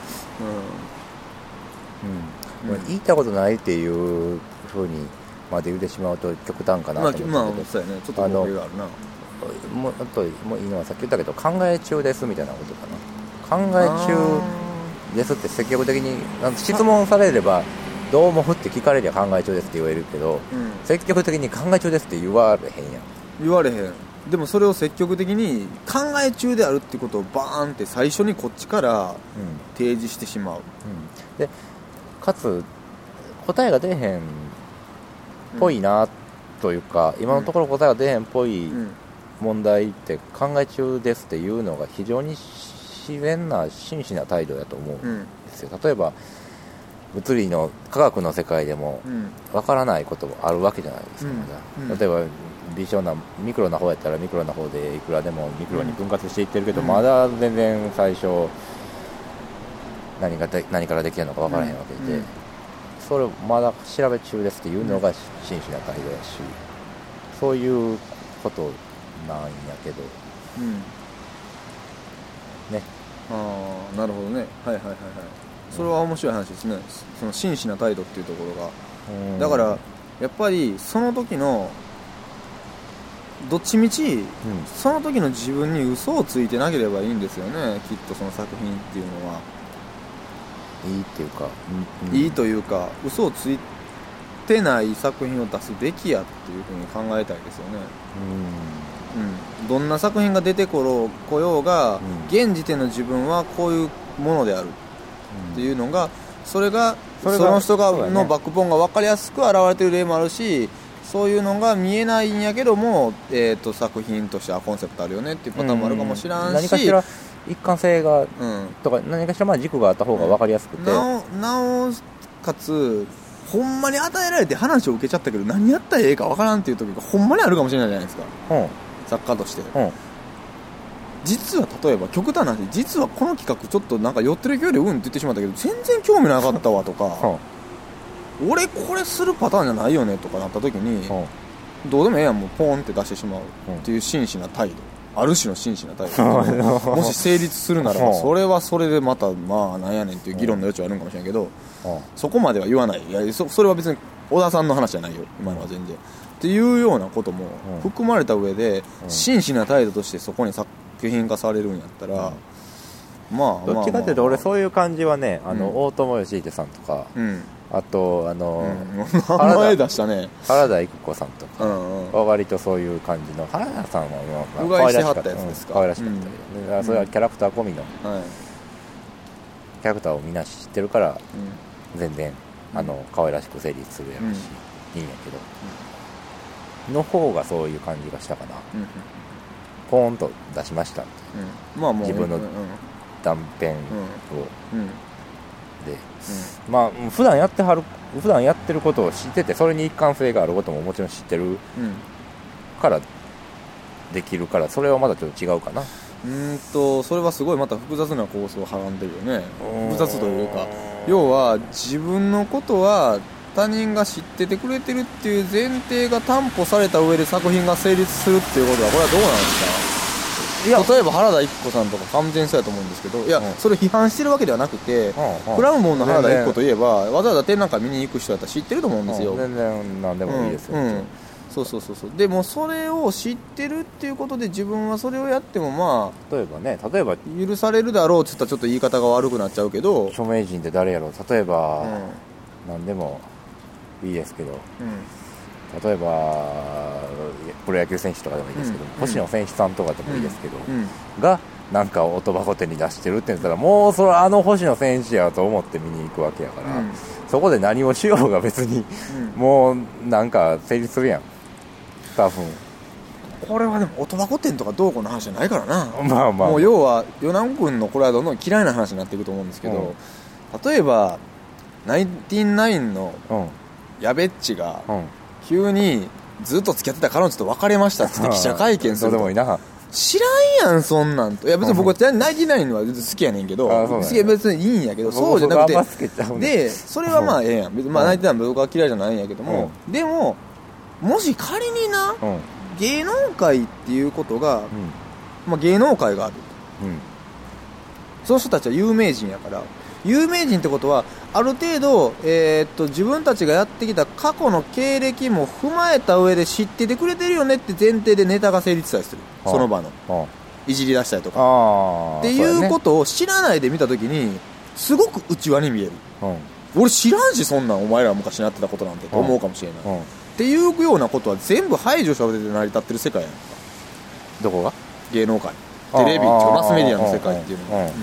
うんうんうん、言いたことないっていうふうにまで言ってしまうと極端かなと思ったけど、まあ、まあそうやねちょっと語弊があるなもうあともういいのはさっき言ったけど考え中ですみたいなことかな考え中ですって積極的に質問されればどうもふって聞かれりゃ考え中ですって言えるけど、うん、積極的に考え中ですって言われへんやん言われへんでもそれを積極的に考え中であるってことをバーンって最初にこっちから提示してしまう、うんうん、でかつ答えが出へんっぽいなというか、うん、今のところ答えが出へんっぽい問題って考え中ですっていうのが非常に自然な真摯な態度だと思うんですよ、うん、例えば物理の科学の世界でもわからないことあるわけじゃないですか、うんうん、例えば微小なミクロな方やったらミクロな方でいくらでもミクロに分割していってるけど、うん、まだ全然最初何がで何からできるのかわからへんわけで、うん、それをまだ調べ中ですっていうのが真摯な態度やしそういうことなんやけど、うん、ねああなるほどねはいはいはいはいそれは面白い話ですねその真摯な態度っていうところが、うん、だからやっぱりその時のどっちみち、うん、その時の自分に嘘をついてなければいいんですよねきっとその作品っていうのはいいっていうか、 うん、いいというか嘘をついてない作品を出すべきやっていうふうに考えたいですよね、うんうん、どんな作品が出てころこようが、うん、現時点の自分はこういうものであるっていうのがそれがその人がのバックボーンが分かりやすく現れている例もあるしそういうのが見えないんやけども、えー、と作品としてはコンセプトあるよねっていうパターンもあるかもしれんし、うん、 何かしら一貫性が、うん、とか何かしらまあ軸があった方が分かりやすくて、 なお、なおかつほんまに与えられて話を受けちゃったけど何やったらええか分からんっていう時がほんまにあるかもしれないじゃないですか、うん、作家として、うん、実は例えば極端な話実はこの企画ちょっとなんか寄ってる勢いでうんって言ってしまったけど全然興味なかったわとか、うん、俺これするパターンじゃないよねとかなった時に、うん、どうでもええやんもうポンって出してしまうっていう真摯な態度、ある種の真摯な態度もし成立するならばそれはそれでまたまあなんやねんっていう議論の余地はあるんかもしれんけど、そこまでは言わない、いや そ, それは別に小田さんの話じゃないよ今のは全然っていうようなことも含まれた上で真摯な態度としてそこに作品化されるんやったらまあどっちかっていうと俺そういう感じはね、あの、うん、大友義秀さんとか、うん、あとあの、 うん、名前出したね、 原田育子さんとかは割とそういう感じの、原田さんはまあ可愛らしかった、可愛らしかったけど、うん、それはキャラクター込みの、うん、キャラクターをみんな知ってるから、うん、全然あの可愛らしく成立するやろし、うん、いいんやけど、うん、の方がそういう感じがしたかな、うん、ポーンと出しました、うん、まあもう自分の断片を、うんうん、で、うん、まあ普段やってはる普段やってることを知ってて、それに一貫性があることももちろん知ってるからできるから、それはまだちょっと違うかな。 うーんとそれはすごいまた複雑な構想をはらんでるよね。複雑というか、要は自分のことは他人が知っててくれてるっていう前提が担保された上で作品が成立するっていうことは、これはどうなんですか。いや例えば原田育子さんとか完全そうやと思うんですけど、いや、うん、それを批判してるわけではなくて、うんうん、クラウンボンの原田育子といえばわざわざ展覧会見に行く人だったら知ってると思うんですよ、うん、 全然何でもいいですよ、うんうん、 そうそうそうそう。でもそれを知ってるっていうことで自分はそれをやってもまあ例えばね例えば許されるだろうって言ったらちょっと言い方が悪くなっちゃうけど、 著名人って誰やろう、例えば、うん、何でもいいですけど、うん例えばプロ野球選手とかでもいいですけど、うん、星野選手さんとかでもいいですけど、うん、がなんか音箱店に出してるって言ったら、もうそれあの星野選手やと思って見に行くわけやから、うん、そこで何をしようが別に、うん、もうなんか成立するやん多分。 これはでも音箱店とかどうこうの話じゃないからな。 まあまあ、まあ、 もう要は与那君のこれはどんどん嫌いな話になっていくと思うんですけど、うん、例えばナインティナインのやべっちが、うん急にずっと付き合ってた彼女と別れましたって記者会見すると、 もいいな知らんやんそんなんと。いや別に僕はナインティナインは好きやねんけど、好きは別にいいんやけど、そうじゃなくて、でそれはまあええやん、別にまあナインティナイン僕は嫌いじゃないんやけども、うん、でももし仮にな、うん、芸能界っていうことが、うんまあ、芸能界がある、うん、その人たちは有名人やから、有名人ってことはある程度、えー、っと自分たちがやってきた過去の経歴も踏まえた上で知っててくれてるよねって前提でネタが成立したりする、はあ、その場の、はあ、いじり出したりとか、あっていうことを知らないで見たときにすごく内輪に見える、はあ、俺知らんしそんなんお前ら昔やってたことなんてと思うかもしれない、はあ、っていうようなことは全部排除した上で成り立ってる世界やんか。 どこが芸能界、テレビ、マスメディアの世界っていうのは、うん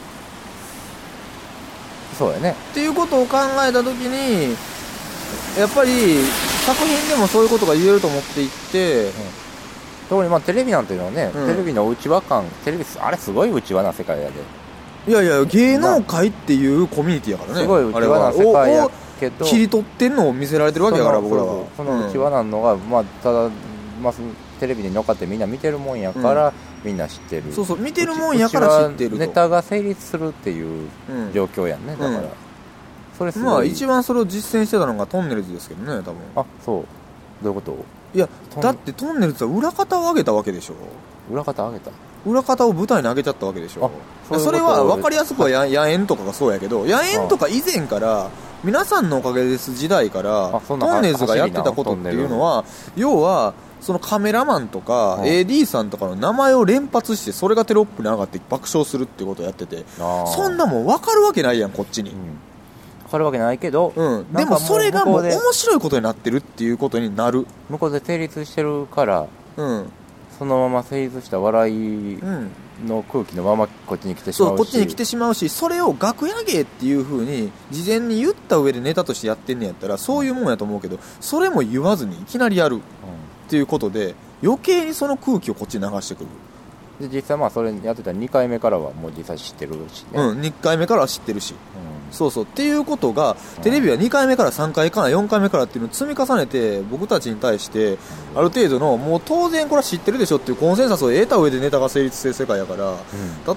そうやね。 っていうことを考えたときにやっぱり作品でもそういうことが言えると思っていって、うん、 特にまあテレビなんていうのはね、うん、テレビの内輪感、テレビあれすごい内輪な世界やで。 いやいや芸能界っていうコミュニティやからね、 すごい内輪な世界やけど切り取ってんのを見せられてるわけやから僕らは。 その内輪なのが、うん、まあただまあテレビに乗っかってみんな見てるもんやから、うん、みんな知ってる。 そうそう見てるもんやから知ってると。 ネタが成立するっていう状況やんね、うん、だから、うん、 それすごい。まあ一番それを実践してたのがトンネルズですけどね多分。 あそうどういうこと。 いやだってトンネルズは裏方を上げたわけでしょ。 裏方上げた裏方を舞台に上げちゃったわけでしょ。そ, ううそれは分かりやすくはや野猿とかがそうやけど、野猿とか以前から皆さんのおかげです時代からトンネルズがやってたことっていうのは要はそのカメラマンとか、うん、エーディー さんとかの名前を連発してそれがテロップに上がって爆笑するっていうことをやってて、そんなもん分かるわけないやんこっちに、うん、 分かるわけないけど、 うん、でもそれがもう面白いことになってるっていうことになる。 向こうで成立してるから、うん、そのまま成立した笑いの空気のままこっちに来てしまうし、そうこっちに来てしまうし、それを楽屋芸っていう風に事前に言った上でネタとしてやってんねやったらそういうもんやと思うけど、それも言わずにいきなりやる、うんっていうことで余計にその空気をこっちに流してくる。 で実際まあそれやってたにかいめからはもう実際知ってるしね、 うん、にかいめからは知ってるし、うん、そうそうっていうことがテレビはにかいめからさんかいからよんかいめからっていうのを積み重ねて僕たちに対してある程度のもう当然これは知ってるでしょっていうコンセンサスを得た上でネタが成立する世界やから、うん、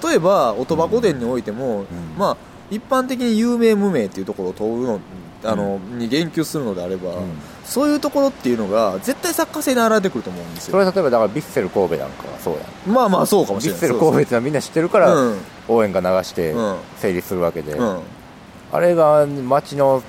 例えば音箱店においても、うん、まあ一般的に有名無名っていうところを問うのあの、うん、に言及するのであれば、うん、そういうところっていうのが絶対作家性に現れてくると思うんですよ。 それは例えばだからヴィッセル神戸なんかはそうやん。 まあまあそうかもしれない。 ヴィッセル神戸ってのはみんな知ってるから、うん、応援歌流して成立するわけで、うん、あれが街の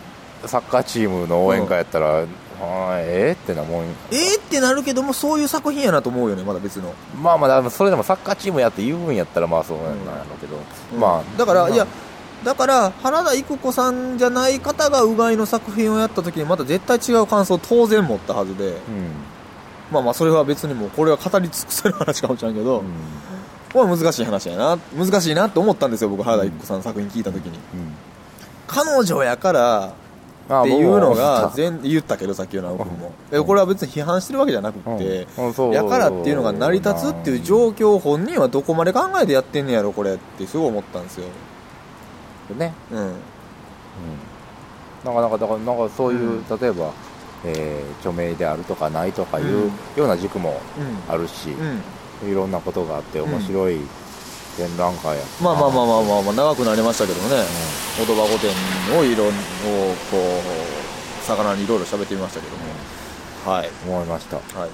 サッカーチームの応援歌やったら、うん、あえー、ってなもんえーってなるけども、そういう作品やなと思うよね、まだ別の。 まあまあそれでもサッカーチームやって言うんやったらまあそうなんだけど、 うん、 まあだから、 まあ、 いやだから原田育子さんじゃない方がうがいの作品をやった時にまた絶対違う感想を当然持ったはずで、うん、まあまあそれは別にもうこれは語り尽くせる話かもしれんけど、うん、これは難しい話やな、難しいなって思ったんですよ僕、原田育子さんの作品聞いた時に、うん、彼女やからっていうのが全言ったけど、さっきの僕も、うん、これは別に批判してるわけじゃなくて、うん、やからっていうのが成り立つっていう状況を本人はどこまで考えてやってんねやろこれってすごい思ったんですよね、うん、うん、なんかなんかだからなんかそういう、うん、例えば、えー、著名であるとかないとかいう、うん、ような軸もあるし、うん、いろんなことがあって面白い展覧会や、 うん、まあまあまあまあまあ、まあ、長くなりましたけどね、言葉御殿をいろんをこう魚にいろいろ喋ってみましたけども、うん、はい思いました。 はい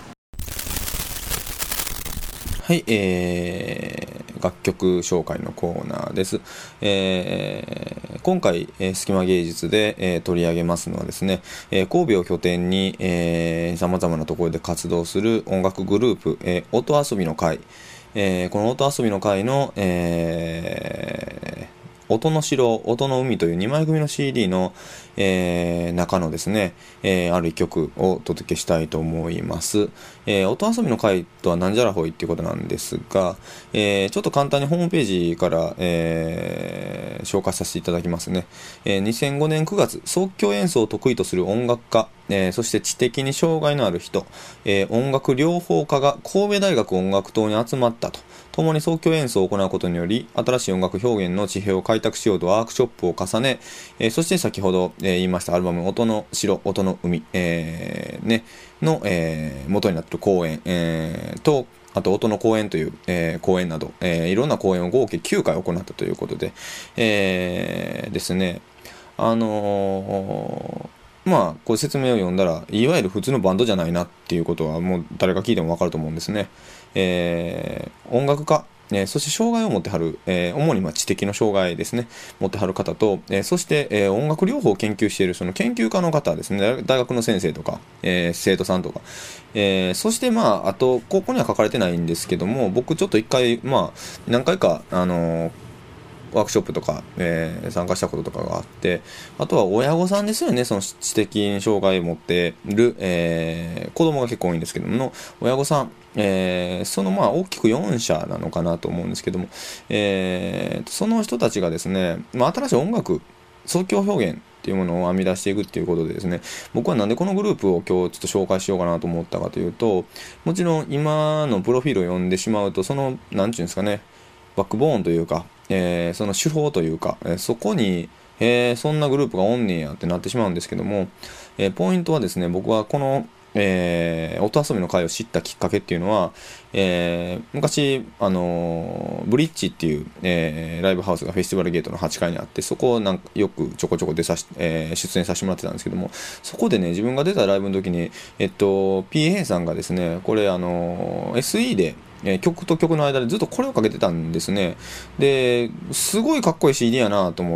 はい、えー、楽曲紹介のコーナーです。えー、今回、えー、隙間芸術で、えー、取り上げますのはですね、えー、神戸を拠点に、えー、様々なところで活動する音楽グループ、えー、音遊びの会、えー、この音遊びの会の、えー音の城、音の海というにまい組の シーディー の、えー、中のですね、えー、ある一曲をお届けしたいと思います。えー、音遊びの会とはなんじゃらほいっていうことなんですが、えー、ちょっと簡単にホームページから、えー、紹介させていただきますね。えー、にせんごねんくがつ、即興演奏を得意とする音楽家、えー、そして知的に障害のある人、えー、音楽療法家が神戸大学音楽棟に集まったと。共に即興演奏を行うことにより、新しい音楽表現の地平を開拓しようとワークショップを重ね、えー、そして先ほど、えー、言いましたアルバム音の城、音の海、えー、ね、の、えー、元になっている公演、えー、と、あと音の公演という、えー、公演など、えー、いろんな公演を合計きゅうかい行ったということで、えー、ですね、あのー、まあ、こう説明を読んだら、いわゆる普通のバンドじゃないなっていうことはもう誰が聞いてもわかると思うんですね。えー、音楽家、えー、そして障害を持ってはる、えー、主にまあ知的の障害ですね、持ってはる方と、えー、そして、えー、音楽療法を研究しているその研究家の方ですね、大学の先生とか、えー、生徒さんとか、えー、そしてまあ、あと、ここには書かれてないんですけども、僕ちょっと一回、まあ、何回か、あのー、ワークショップとか、えー、参加したこととかがあって、あとは親御さんですよね、その知的障害を持っている、えー、子供が結構多いんですけどもの、親御さん、えー、そのまあ大きくよんしゃなのかなと思うんですけども、えー、その人たちがですね、まあ、新しい音楽、即興表現っていうものを編み出していくっていうことでですね、僕はなんでこのグループを今日ちょっと紹介しようかなと思ったかというと、もちろん今のプロフィールを読んでしまうと、その、なんていうんですかね、バックボーンというか、えー、その手法というか、えー、そこに、えー、そんなグループがおんねんやってなってしまうんですけども、えー、ポイントはですね、僕はこの、えー、音遊びの会を知ったきっかけっていうのは、えー、昔、あのー、ブリッジっていう、えー、ライブハウスがフェスティバルゲートのはちかいにあって、そこをなんかよくちょこちょこ出さし、えー、出演させてもらってたんですけども、そこでね、自分が出たライブの時に、えっと、ピーエー さんがですね、これあのー、エスイー で、えー、曲と曲の間でずっとこれをかけてたんですね。で、すごいかっこいい シーディー やなと思って、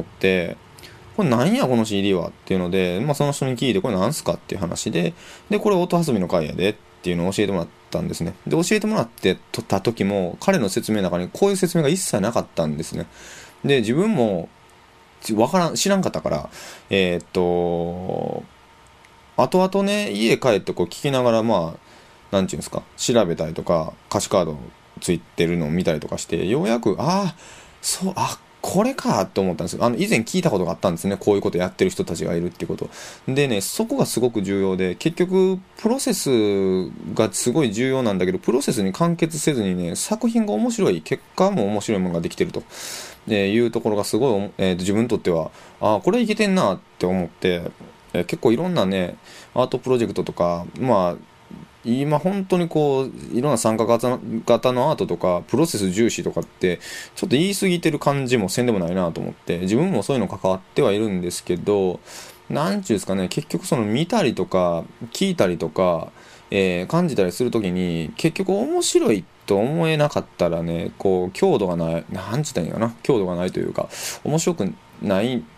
これなんやこの シーディー はっていうので、まあ、その人に聞いてこれなんすかっていう話で、で、これ音遊びの会やでっていうのを教えてもらったんですね。で、教えてもらって撮った時も、彼の説明の中にこういう説明が一切なかったんですね。で、自分も、わからん、知らんかったから、えー、っと、後々ね、家帰ってこう聞きながら、まあ、なんていうんですか、調べたりとか、歌詞カードついてるのを見たりとかして、ようやく、ああ、そう、あ、これかって思ったんですよ。あの、以前聞いたことがあったんですね。こういうことやってる人たちがいるっていうこと。でね、そこがすごく重要で、結局、プロセスがすごい重要なんだけど、プロセスに完結せずにね、作品が面白い、結果も面白いものができてると、えー、いうところがすごい、えー、自分にとっては、ああ、これいけてんなって思って、えー、結構いろんなね、アートプロジェクトとか、まあ、今本当にこういろんな参加型のアートとかプロセス重視とかってちょっと言い過ぎてる感じもせんでもないなと思って、自分もそういうの関わってはいるんですけど、なんちゅうですかね、結局その見たりとか聞いたりとか、えー、感じたりするときに結局面白いと思えなかったらね、こう強度がない、なんちゅったらいいかな、強度がないというか面白くない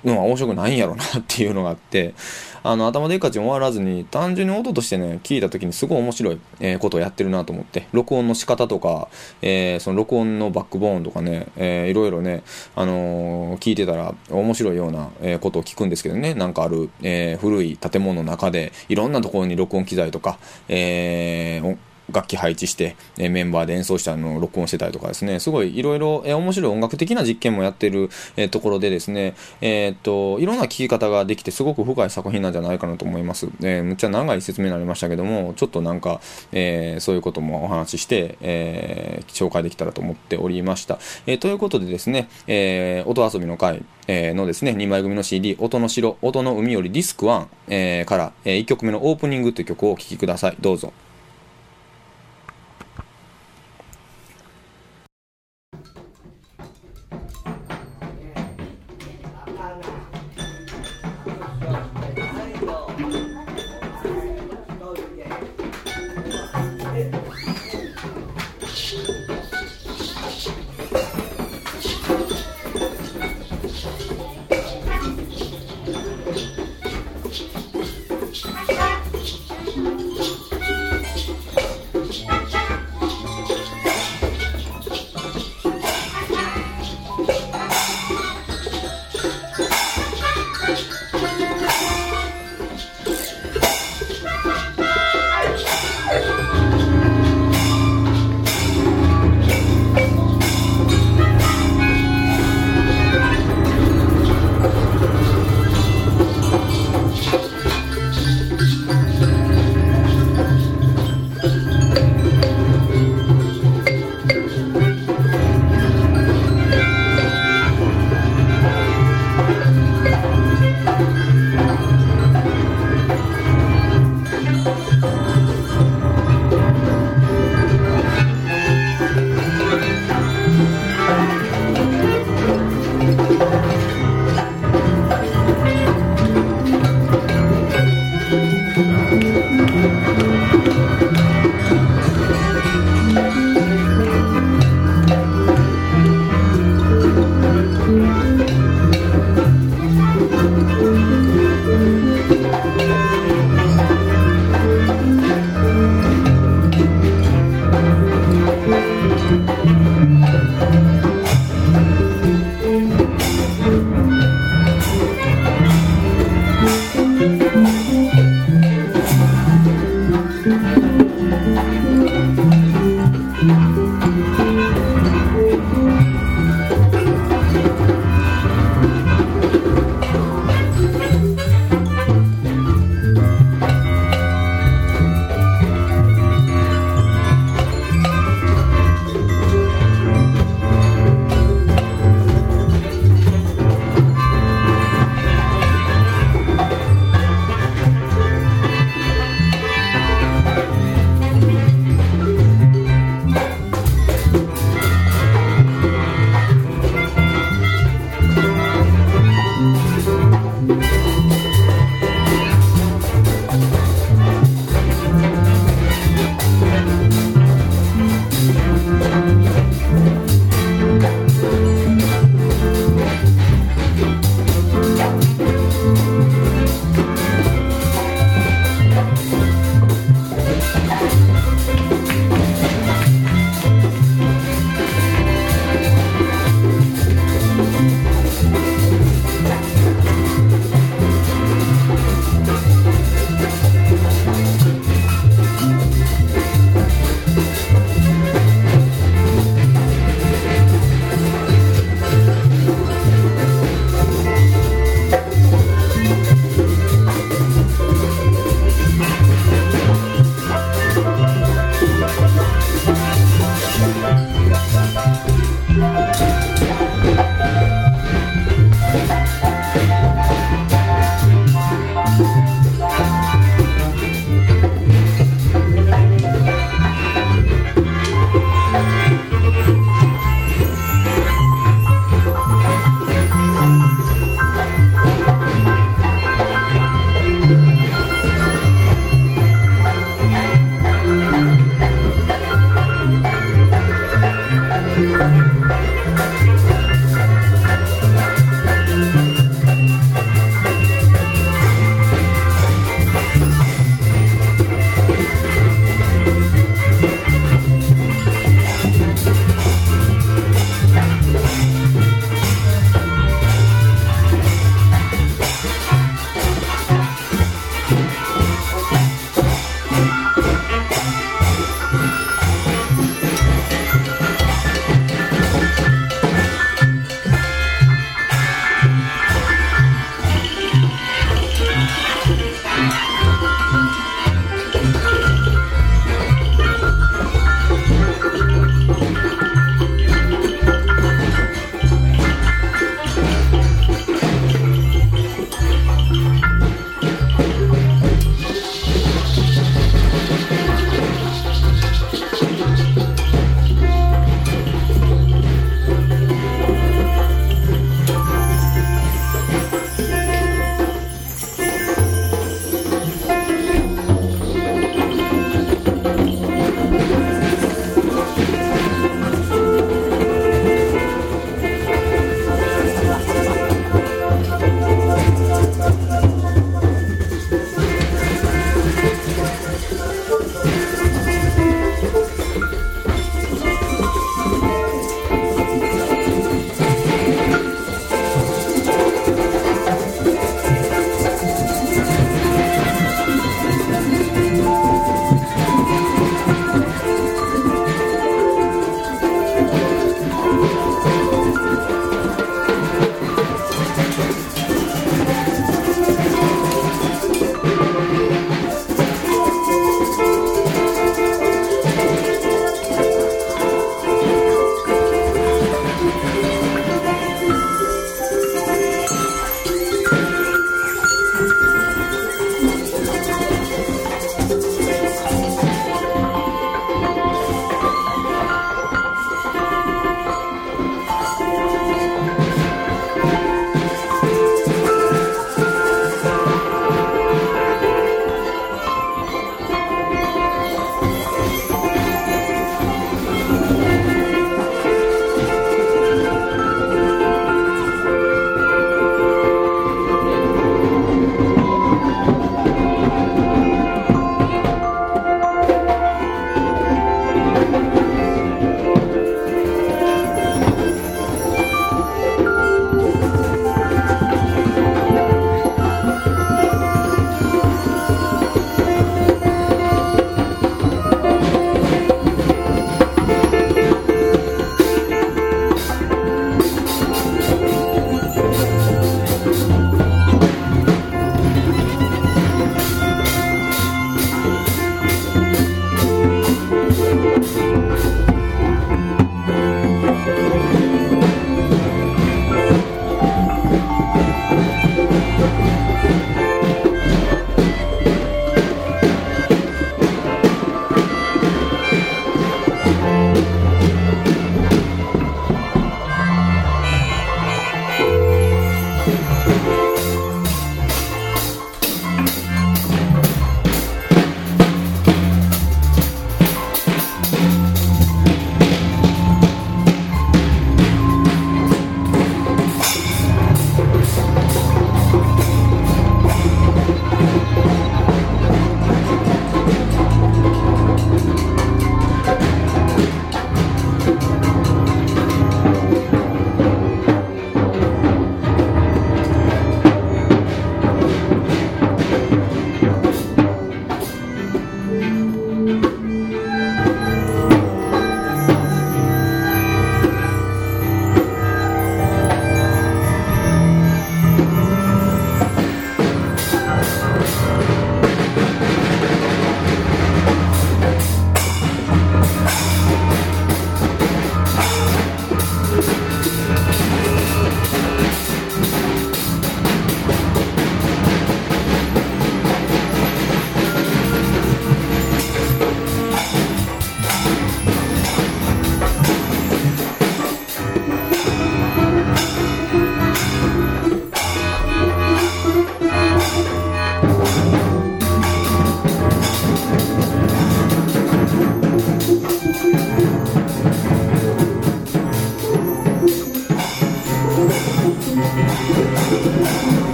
のは面白くないんやろなっていうのがあって、あの頭でっかちに終わらずに単純に音としてね聞いた時にすごい面白い、えー、ことをやってるなと思って、録音の仕方とか、えー、その録音のバックボーンとかね、えー、いろいろね、あのー、聞いてたら面白いような、えー、ことを聞くんですけどね。なんかある、えー、古い建物の中でいろんなところに録音機材とか、えー楽器配置して、えー、メンバーで演奏したのを録音してたりとかですね、すごいいろいろ面白い音楽的な実験もやってる、えー、ところでですね、えー、っといろんな聴き方ができてすごく深い作品なんじゃないかなと思います。えー、むっちゃ長い説明になりましたけども、ちょっとなんか、えー、そういうこともお話しして、えー、紹介できたらと思っておりました。えー、ということでですね、えー、音遊びの会、えー、のですねにまい組の シーディー 音の城音の海よりディスクワン、えー、から、えー、いっきょくめのオープニングという曲をお聴きください。どうぞ。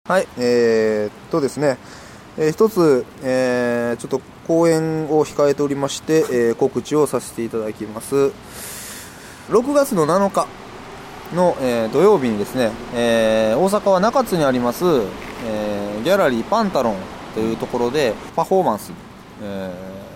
はい、えー、っとですね、えー、一つ、えー、ちょっと公演を控えておりまして、えー、告知をさせていただきます。ろくがつのなのかの、えー、土曜日にですね、えー、大阪は中津にあります、えー、ギャラリーパンタロンというところでパフォーマンス、え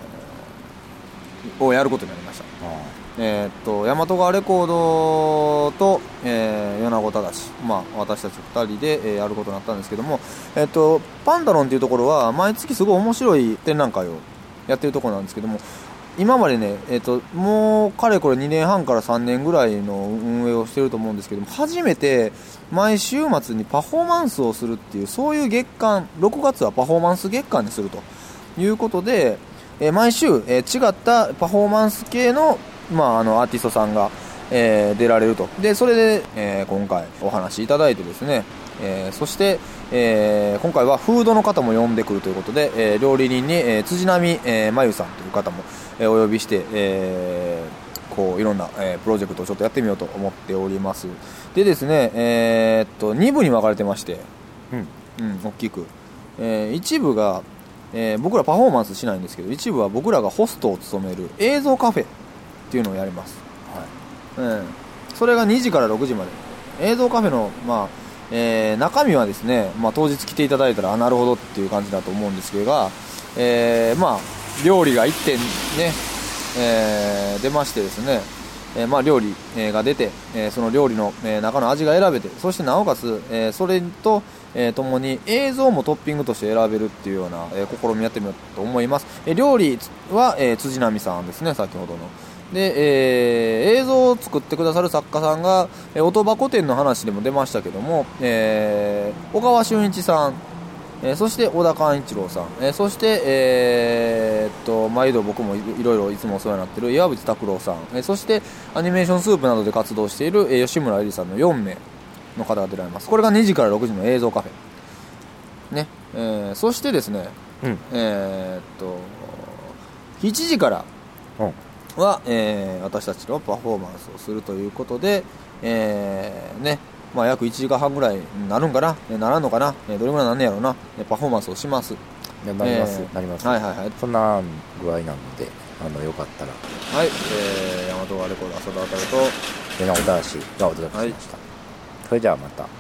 ー、をやることになりました。えー、っと大和川レコードと、えー、米子忠、まあ、私たちふたりで、えー、やることになったんですけども、えー、っとパンタロンというところは毎月すごい面白い展覧会をやってるところなんですけども、今までね、えー、っともうかれこれにねんはんからさんねんぐらいの運営をしてると思うんですけども、初めて毎週末にパフォーマンスをするっていう、そういう月間、ろくがつはパフォーマンス月間にするということで、えー、毎週、えー、違ったパフォーマンス系のまあ、あのアーティストさんが、えー、出られると。でそれで、えー、今回お話しいただいてですね、えー、そして、えー、今回はフードの方も呼んでくるということで、えー、料理人に、えー、辻波、えー、真由さんという方も、えー、お呼びして、えー、こういろんな、えー、プロジェクトをちょっとやってみようと思っております。でですね、えー、っとに部に分かれてまして、うん、うん、大きく、えー、一部が、えー、僕らパフォーマンスしないんですけど、一部は僕らがホストを務める映像カフェっていうのをやります。はい、うん、それがにじからろくじまで。映像カフェの、まあえー、中身はですね、まあ、当日来ていただいたら、あ、なるほどっていう感じだと思うんですけど、えー、まあ料理がいってんね、えー、出ましてですね、えーまあ、料理が出て、えー、その料理の中の味が選べて、そしてなおかつ、えー、それと、えー、ともに映像もトッピングとして選べるっていうような、えー、試みやってみようと思います。えー、料理は、えー、辻波さんですね、先ほどの。で、えー、映像を作ってくださる作家さんが、えー、音箱店の話でも出ましたけども、えー、小川俊一さん、えー、そして小田寛一郎さん、えー、そして、えー、っと毎度僕もいろいろいつもお世話になっている岩渕拓郎さん、えー、そしてアニメーションスープなどで活動している、えー、吉村えりさんのよんめいの方が出られます。これがにじからろくじの映像カフェ、ね、えー、そしてですね、うん、えー、っとしちじからは、えー、私たちのパフォーマンスをするということで、えー、ね、まあ、約いちじかんはんぐらいになるんかな、ならんのかな、どれぐらいなんねやろうな、パフォーマンスをします。 いや、なります、えー、なります、はいはいはい、そんな具合なので、あのよかったら、 はい、えー、大和川レコード浅田渡と米子忠がお届けしました、はい、それじゃあまた。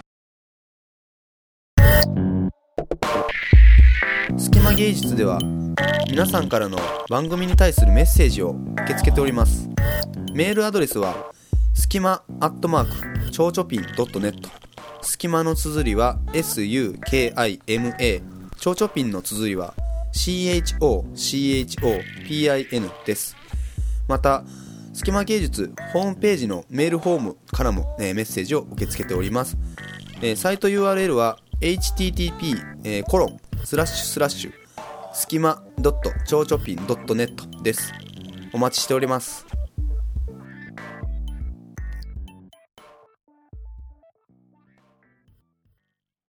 隙間芸術では皆さんからの番組に対するメッセージを受け付けております。メールアドレスはすきまアットマークちょうちょぴん ドットネット、 すきまの綴りは エスユーケーアイエムエー、 ちょうちょぴんの綴りは シーエイチオーシーエイチオーピーアイエヌ です。またすきま芸術ホームページのメールフォームからも、えー、メッセージを受け付けております。えー、サイト ユーアールエル は エイチティーティーピー えー、コロンスラッシュスラッシュすきま .ちょうちょぴん .net です。お待ちしております。